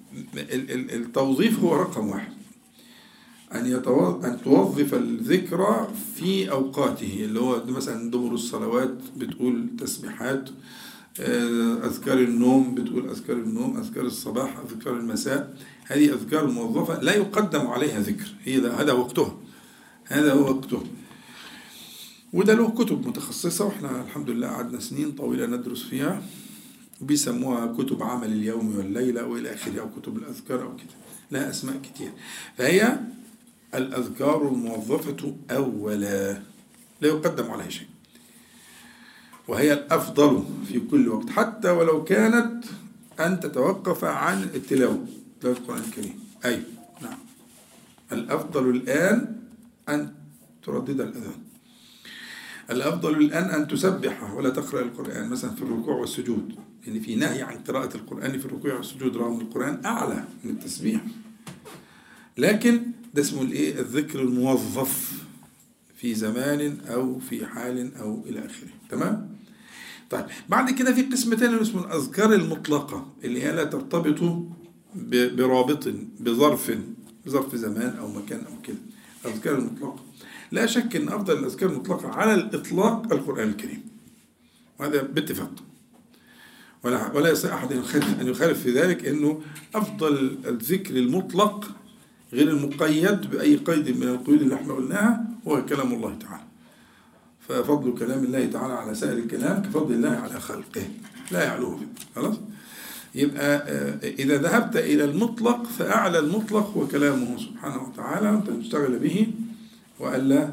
S1: التوظيف هو رقم واحد، أن أن توظف الذكر في أوقاته، اللي هو مثلا دبر الصلوات بتقول تسبيحات، أذكار النوم بتقول أذكار النوم، أذكار الصباح، أذكار المساء، هذه أذكار موظفة لا يقدم عليها ذكر، هي هذا وقتها، هذا هو وقتها. وده له كتب متخصصة، وإحنا الحمد لله قعدنا سنين طويلة ندرس فيها، بيسموها كتب عمل اليوم والليلة وإلى آخره، أو كتب الأذكار أو كده، لها أسماء كتير. فهي الأذكار الموظفة أولا لا يقدم عليها شيء، وهي الأفضل في كل وقت، حتى ولو كانت أن تتوقف عن التلاوة، تلاوة القرآن الكريم. أي نعم، الأفضل الآن أن تردد الأذان، الأفضل الآن أن تسبح ولا تقرأ القرآن مثلا في الركوع والسجود، لأن يعني في نهي عن قراءة القرآن في الركوع والسجود، رغم القرآن أعلى من التسبيح، لكن ده اسمه الإيه؟ الذكر الموظف في زمان أو في حال أو إلى آخره. تمام؟ طيب بعد كده في قسم تاني اسمه الأذكار المطلقة، اللي هي لا ترتبط برابط بظرف بظرف زمان أو مكان أو كده. الأذكار المطلقة لا شك أن أفضل الأذكار المطلقة على الإطلاق القرآن الكريم، وهذا باتفاق، ولا ولا يستطيع أحد أن يخالف في ذلك، أنه أفضل الذكر المطلق غير المقيد بأي قيد من القيود اللي احنا قلناها هو كلام الله تعالى. ففضل كلام الله تعالى على سائر الكلام كفضل الله على خلقه لا يعلوه. خلاص؟ يبقى إذا ذهبت إلى المطلق فأعلى المطلق هو كلامه سبحانه وتعالى، وأنت تشتغل به وألا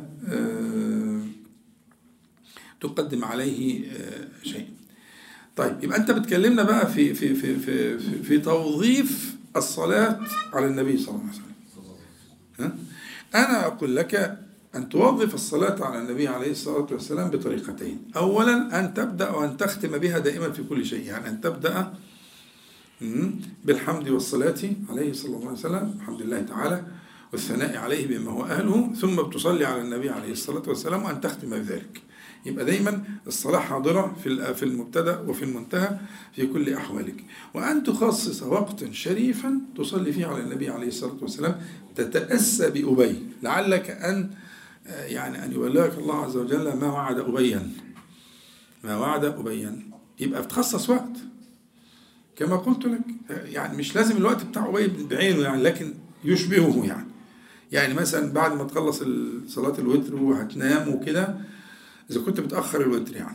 S1: تقدم عليه شيء. طيب يبقى أنت بتكلمنا بقى في في في في في, في توظيف الصلاة على النبي صلى الله عليه وسلم. ها؟ أنا أقول لك أن توظف الصلاة على النبي عليه الصلاة والسلام بطريقتين. أولا أن تبدأ وأن تختم بها دائما في كل شيء، يعني أن تبدأ بالحمد والصلاة عليه صلى الله عليه وسلم، الحمد لله تعالى، والثناء عليه بما هو أهله، ثم بتصلي على النبي عليه الصلاة والسلام، وأن تختم بذلك. يبقى دايما الصلاة حاضرة في في المبتدأ وفي المنتهى في كل أحوالك، وأن تخصص وقتا شريفا تصلي فيه على النبي عليه الصلاة والسلام، تتأسى بأبي، لعلك أن يعني أن يبلغك الله عز وجل ما وعد أبيا، ما وعد أبيا. يبقى بتخصص وقت كما قلت لك، يعني مش لازم الوقت بتاع أبي بعينه يعني، لكن يشبهه يعني. يعني مثلا بعد ما تخلص صلاة الوتر وهتنام وكده، إذا كنت بتأخر الوتر يعني،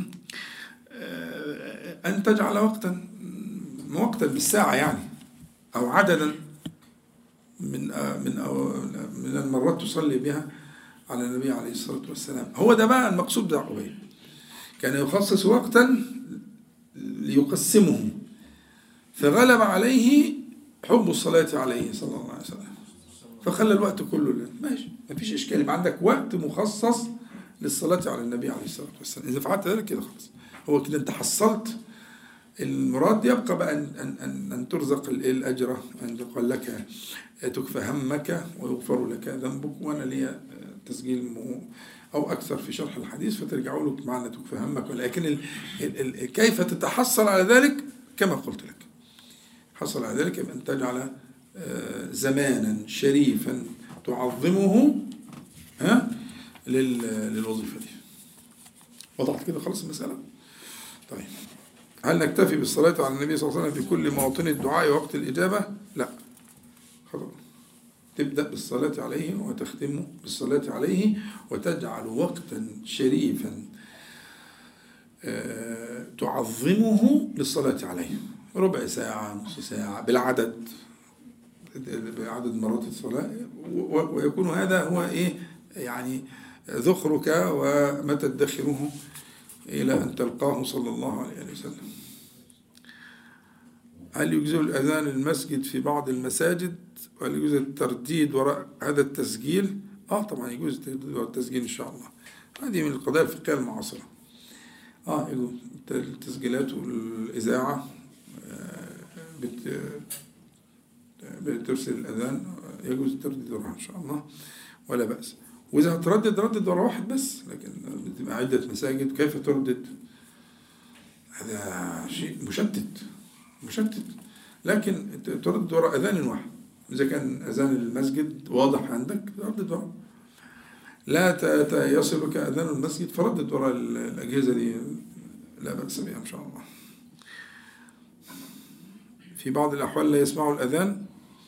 S1: أن تجعل وقتا وقتا بالساعة يعني، أو عددا من من أو من المرات تصلي بها على النبي عليه الصلاة والسلام. هو ده بقى المقصود بتاع أبي، كان يخصص وقتا ليقسمه، فغلب عليه حب الصلاة عليه صلى الله عليه وسلم، فخلى الوقت كله لله. ماشي، مفيش إشكال، يبقى عندك وقت مخصص للصلاة على النبي عليه الصلاة والسلام. إذا فعلت ذلك كده خلاص، هو كده أنت حصلت المراد. يبقى بقى أن أن أن ترزق الأجر، أن يقال لك تكفى همك ويغفر لك ذنبك. وأنا لي تسجيل أو أكثر في شرح الحديث، فترجعوا له معنى تكفى همك. ولكن ال ال ال كيف تتحصل على ذلك كما قلت لك، حصل على ذلك بأن تجعل زمانا شريفا تعظمه ها للوظيفة دي. وضحت كده خلاص المسألة؟ طيب هل نكتفي بالصلاة على النبي صلى الله عليه وسلم في كل مواطن الدعاء ووقت الإجابة؟ لا، خلاص. تبدأ بالصلاة عليه وتختم بالصلاة عليه، وتجعل وقتا شريفا تعظمه للصلاة عليه، ربع ساعة، نص ساعة، بالعدد، بعدد مرات الصلاة. ويكون هذا هو إيه يعني ذخرك وما تدخره إلى أن تلقاه صلى الله عليه وسلم. هل يجوز الأذان المسجد في بعض المساجد وهل يجوز الترديد وراء هذا التسجيل؟ آه طبعا يجوز الترديد وراء التسجيل إن شاء الله. هذه من القضايا الفقهية المعاصرة. آه يجوز التسجيلات والإذاعة بت بترسل الأذان، يجوز الترديد وراء إن شاء الله ولا بأس. وإذا هتردد ردد وراء واحد بس، لكن بتبقى عدة مساجد كيف تردد؟ هذا شيء مشتت مشتت. لكن تردد وراء أذان واحد، إذا كان أذان المسجد واضح عندك تردد وراء، لا يصلك أذان المسجد فردد وراء الأجهزة دي، لا بأس بها إن شاء الله. في بعض الأحوال لا يسمعوا الأذان،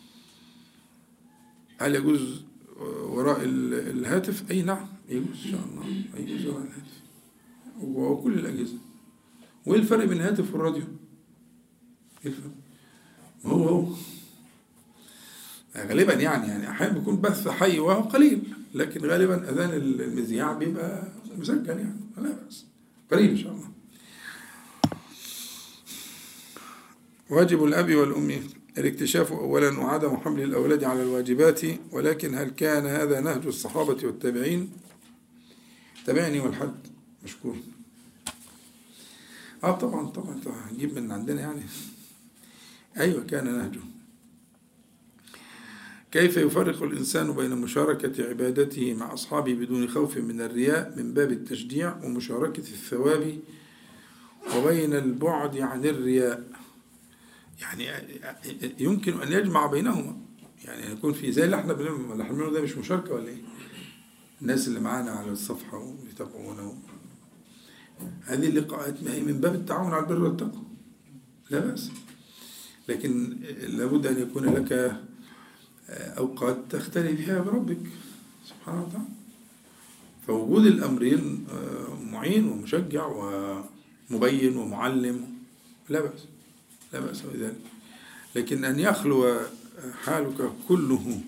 S1: هل يجوز وراء الهاتف؟ أي نعم يجوز إن شاء الله، يجوز وراء الهاتف وكل الأجهزة. وإيه الفرق بين الهاتف والراديو؟ إيه الفرق؟ هو هو غالبا يعني يعني أحيانا بيكون بث حي وهو قليل، لكن غالبا أذان المذياع بيبقى مسجل يعني، لا بأس، قليل إن شاء الله. واجب الأب والأم الاكتشاف أولا وعدم حمل الأولاد على الواجبات، ولكن هل كان هذا نهج الصحابة والتابعين؟ تابعني والحد مشكور. آه طبعا طبعا نجيب من عندنا يعني. أيوة كان نهجه. كيف يفرق الإنسان بين مشاركة عبادته مع أصحابه بدون خوف من الرياء من باب التشجيع ومشاركة الثواب، وبين البعد عن الرياء؟ يعني يمكن أن يجمع بينهما، يعني يكون في زي اللي احنا بنعمله ده، مش مشاركة ولا إيه؟ الناس اللي معانا على الصفحة ويتابعونا، هذه اللقاءات ما هي من باب التعاون على البر والتقوى، لا بأس. لكن لابد أن يكون لك أوقات تختلي بها بربك سبحانه وتعالى، فوجود الأمرين معين ومشجع ومبين ومعلم، لا بأس لا بأس بذلك. لكن أن يخلو حالك كله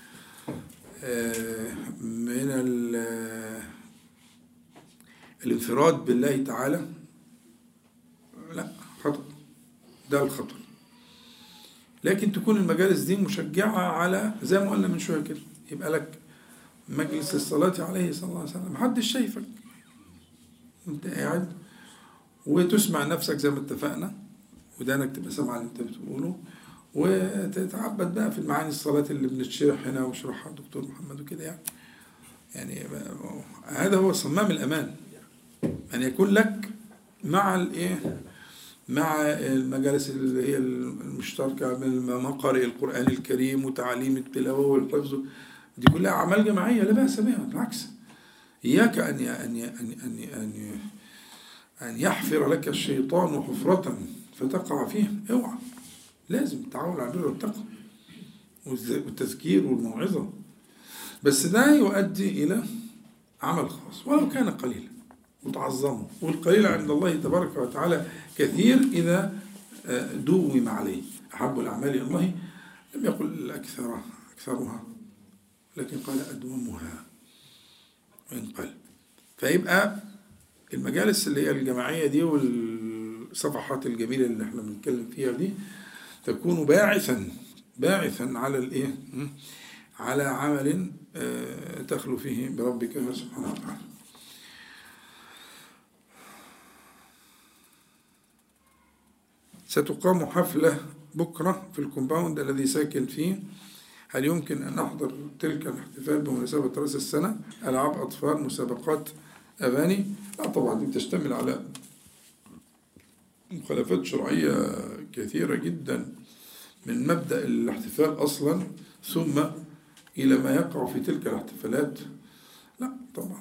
S1: من الانفراد بالله تعالى، لا، خطأ، ده الخطر. لكن تكون المجالس دي مشجعة على زي ما قلنا من شوية كده، يبقى لك مجلس الصلاة عليه صلى الله عليه وسلم، محدش شايفك وانت قاعد وتسمع نفسك زي ما اتفقنا، ودانك تبقى سامعة اللي انت بتقوله، وتتعبد بقى في المعاني الصلاة اللي بنتشرح هنا وشرحها الدكتور محمد وكده يعني. يعني هذا هو صمام الأمان، أن يكون لك مع الايه مع المجالس اللي هي المشتركة من مقارئ القرآن الكريم وتعليم التلاوة والحفظ، دي كلها أعمال جماعية لا بأس بها، بالعكس. إياك أن أن أن أن أن يحفر لك الشيطان حفرة فتقع فيها، اوعى، لازم التعاون على البر والتقوى والتذكير والموعظة، بس ده يؤدي إلى عمل خاص ولو كان قليلا وتعظمه، والقليل عند الله تبارك وتعالى كثير إذا دوم عليه. أحب الأعمال إلى الله لم يقل أكثر أكثرها، لكن قال أدومها وإن قل. فيبقى المجالس اللي هي الجماعية دي والصفحات الجميلة اللي احنا بنتكلم فيها دي تكون باعثا باعثا على الايه على عمل تخلو فيه بربك سبحانه وتعالى. ستقام حفلة بكرة في الكومباوند الذي ساكن فيه، هل يمكن أن أحضر تلك الاحتفال بمناسبة رأس السنة؟ ألعاب أطفال، مسابقات أغاني؟ لا طبعا، دي تشتمل على مخالفات شرعية كثيرة جدا من مبدأ الاحتفال أصلا ثم إلى ما يقع في تلك الاحتفالات. لا طبعا،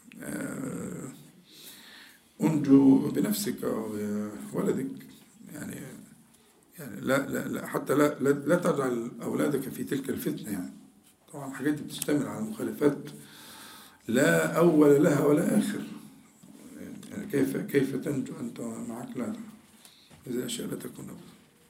S1: أنجو بنفسك وولدك، يعني يعني لا لا, لا حتى لا, لا لا تجعل أولادك في تلك الفتنة. يعني طبعا الحاجات دي بتشتمل على مخالفات لا أول لها ولا آخر. يعني كيف كيف تنجو أنت معك؟ لا، إذا أشياء لا تكون أبدا.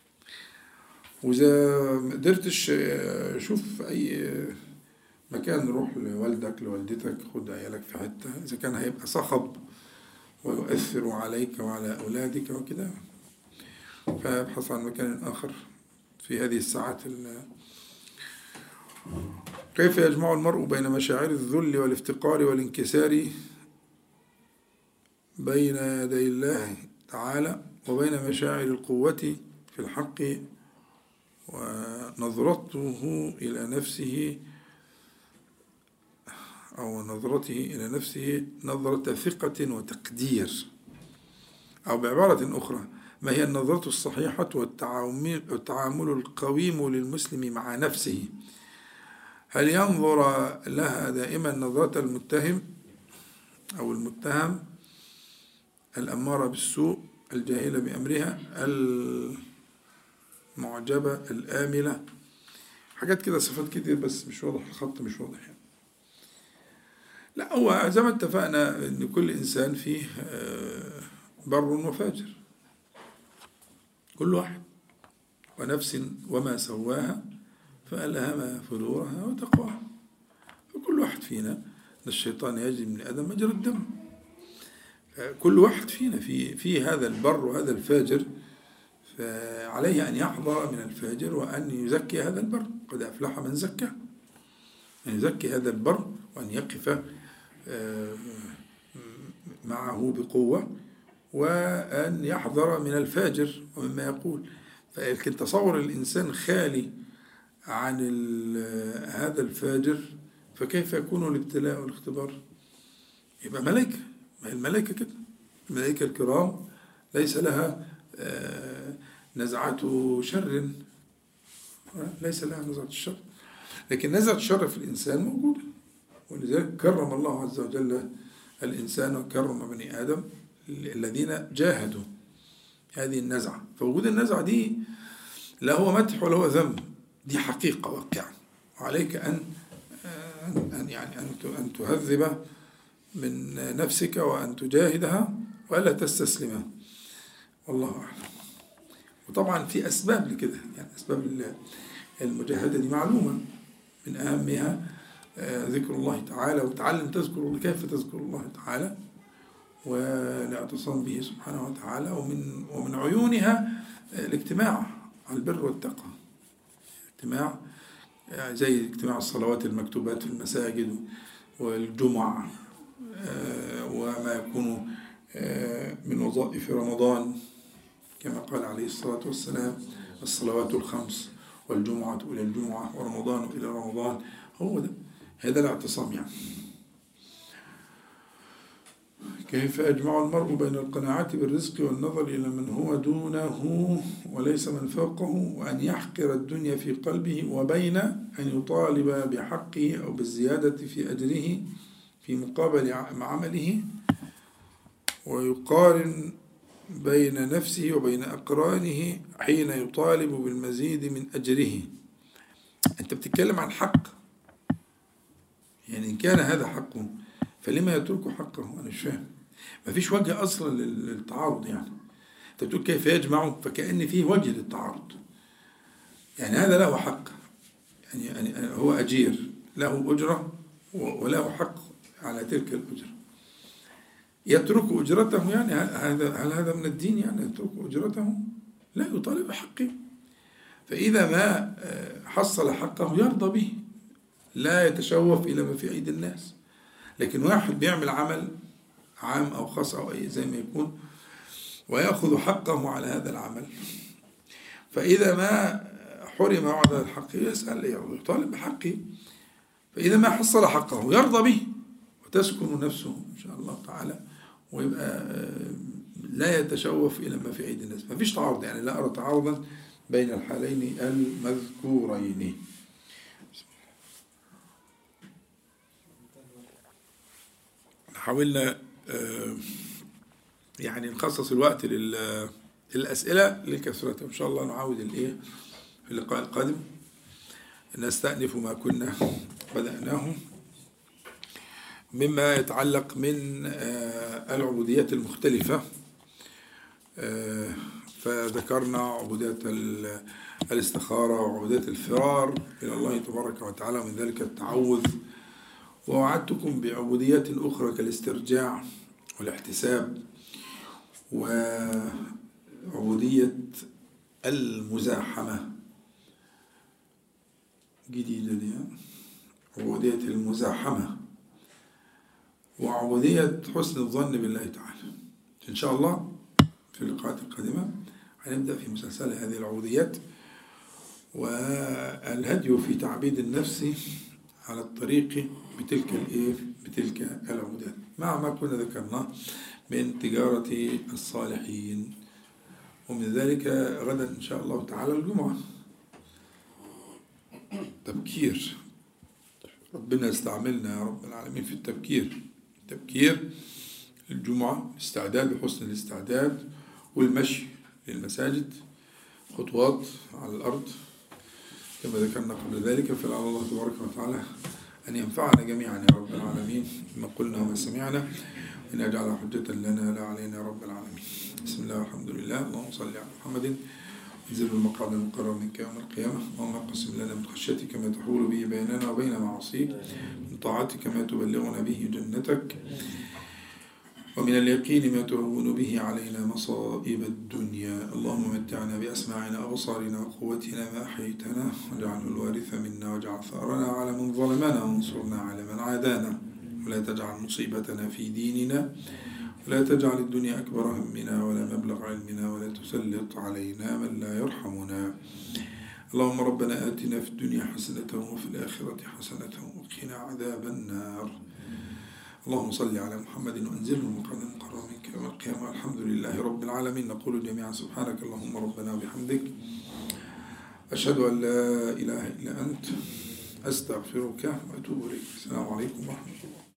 S1: وإذا ما قدرتش شوف أي مكان، روح لوالدك لوالدتك، خد عيالك في حتة، إذا كان هيبقى صخب ويؤثر عليك وعلى أولادك وكذا، فابحث عن مكان آخر في هذه الساعات. كيف يجمع المرء بين مشاعر الذل والافتقار والانكسار بين يدي الله تعالى وبين مشاعر القوة في الحق ونظرته إلى نفسه أو نظرته إلى نفسه نظرة ثقة وتقدير، أو بعبارة أخرى ما هي النظرة الصحيحة والتعامل القويم للمسلم مع نفسه؟ هل ينظر لها دائما نظرة المتهم أو المتهم الأمارة بالسوء الجاهلة بأمرها المعجبة الآملة، حاجات كده صفات كتير بس مش واضح، الخط مش واضح يعني. لا، هو زي ما اتفقنا ان كل انسان فيه بر وفاجر، كل واحد، ونفس وما سواها فألهمها فجورها وتقواها، فكل واحد فينا الشيطان يجري من آدم مجرى الدم، كل واحد فينا في في هذا البر وهذا الفاجر، فعليه أن يحذر من الفاجر وأن يزكي هذا البر. قد أفلح من زكى، أن يزكي هذا البر وأن يقف معه بقوة وأن يحذر من الفاجر ومما يقول. فلكن تصور الإنسان خالي عن هذا الفاجر فكيف يكون الابتلاء والاختبار؟ يبقى ملائكة، ما الملائكة كده، الملائكة الكرام ليس لها نزعة شر، ليس لها نزعة الشر، لكن نزعة الشر في الإنسان موجودة، ولذلك كرم الله عز وجل الإنسان وكرم بني آدم الذين جاهدوا هذه النزعة. فوجود النزعة دي لا هو مدح ولا هو ذم، دي حقيقة واقعة، وعليك أن أن يعني أن تهذب من نفسك وأن تجاهدها ولا تستسلمها، والله أعلم. وطبعا في أسباب لكده، يعني أسباب المجاهدة دي معلومة، من أهمها ذكر الله تعالى، وتعلم تذكر كيف تذكر الله تعالى والاعتصام به سبحانه وتعالى، ومن ومن عيونها الاجتماع على البر والتقوى، اجتماع زي اجتماع الصلوات المكتوبات في المساجد والجمع وما يكون من وظائف رمضان كما قال عليه الصلاة والسلام: الصلوات الخمس والجمعة إلى الجمعة ورمضان إلى رمضان. هو ده، هذا الاعتصام يعني. كيف يجمع المرء بين القناعة بالرزق والنظر إلى من هو دونه وليس من فوقه، وأن يحقر الدنيا في قلبه، وبين أن يطالب بحقه أو بالزيادة في أجره في مقابل عمله، ويقارن بين نفسه وبين أقرانه حين يطالب بالمزيد من أجره؟ أنت بتتكلم عن حق، يعني إن كان هذا حقه فلما يترك حقه؟ أنا مش فاهم، ما فيش وجه أصلا للتعارض. يعني أنت بتقول كيف يجمع، فكأن فيه وجه للتعارض، يعني هذا له حق، يعني هو أجير له أجرة وله حق على تلك الأجرة، يترك أجرته، يعني هذا هل هذا من الدين؟ يعني يترك أجرته، لا، يطالب بحقه. فإذا ما حصل حقه يرضى به، لا يتشوف إلى ما في أيدي الناس. لكن واحد بيعمل عمل عام أو خاص أو أي زي ما يكون ويأخذ حقه على هذا العمل، فإذا ما حرم بعد الحق يسأل يطالب بحقه، فإذا ما حصل حقه يرضى به وتسكن نفسه إن شاء الله تعالى، ويبقى لا يتشوف إلى ما في أيدي الناس. ما فيش تعارض، يعني لا أرى تعارضا بين الحالين المذكورين. حاولنا يعني نخصص الوقت للأسئلة لكثرتها، إن شاء الله نعاود الإيه في اللقاء القادم، نستأنف ما كنا بدأناه مما يتعلق من العبوديات المختلفة. فذكرنا عبودية الاستخارة وعبودية الفرار إلى الله تبارك وتعالى، ومن ذلك التعوذ، ووعدتكم بعبوديات أخرى كالاسترجاع والاحتساب وعبودية المزاحمة جديدة دي، عبودية المزاحمة وعبودية حسن الظن بالله تعالى. إن شاء الله في اللقاءات القادمة هنبدأ في مسلسل هذه العبوديات والهدي في تعبيد النفس على الطريق بتلك الإيه بتلك العبودات مع ما كنا ذكرناه من تجارة الصالحين. ومن ذلك غدا إن شاء الله تعالى الجمعة تبكير. ربنا يستعملنا يا رب العالمين في التبكير. تبكير الجمعة، الاستعداد وحسن الاستعداد والمشي للمساجد، خطوات على الأرض كما ذكرنا قبل ذلك. فلعل الله تبارك وتعالى أن ينفعنا جميعا يا رب العالمين بما قلنا وما سمعنا، وأن يجعل حجة لنا لا علينا يا رب العالمين. بسم الله والحمد لله. اللهم صل على محمد انزل المقعد المقرر منك يوم القيامة. اللهم اقسم لنا من خشيتك ما تحول به بيننا وبين معاصيك، من طاعتك ما تبلغنا به جنتك، ومن اليقين ما تهون به علينا مصائب الدنيا. اللهم متعنا بأسماعنا وأبصارنا وقوتنا ما أحييتنا، واجعله الوارث منا، واجعل ثأرنا على من ظلمنا، وانصرنا على من عادانا، ولا تجعل مصيبتنا في ديننا، ولا تجعل الدنيا أكبر همنا ولا مبلغ علمنا، ولا تسلط علينا من لا يرحمنا. اللهم ربنا آتنا في الدنيا حسنة وفي الآخرة حسنة وقنا عذاب النار. اللهم صل على محمد وأنزله مقعد المقرر منك يوم القيامة. الحمد لله رب العالمين. نقول جميعا سبحانك اللهم ربنا وبحمدك، أشهد أن لا إله إلا أنت، أستغفرك وأتوب إليك. السلام عليكم ورحمة الله.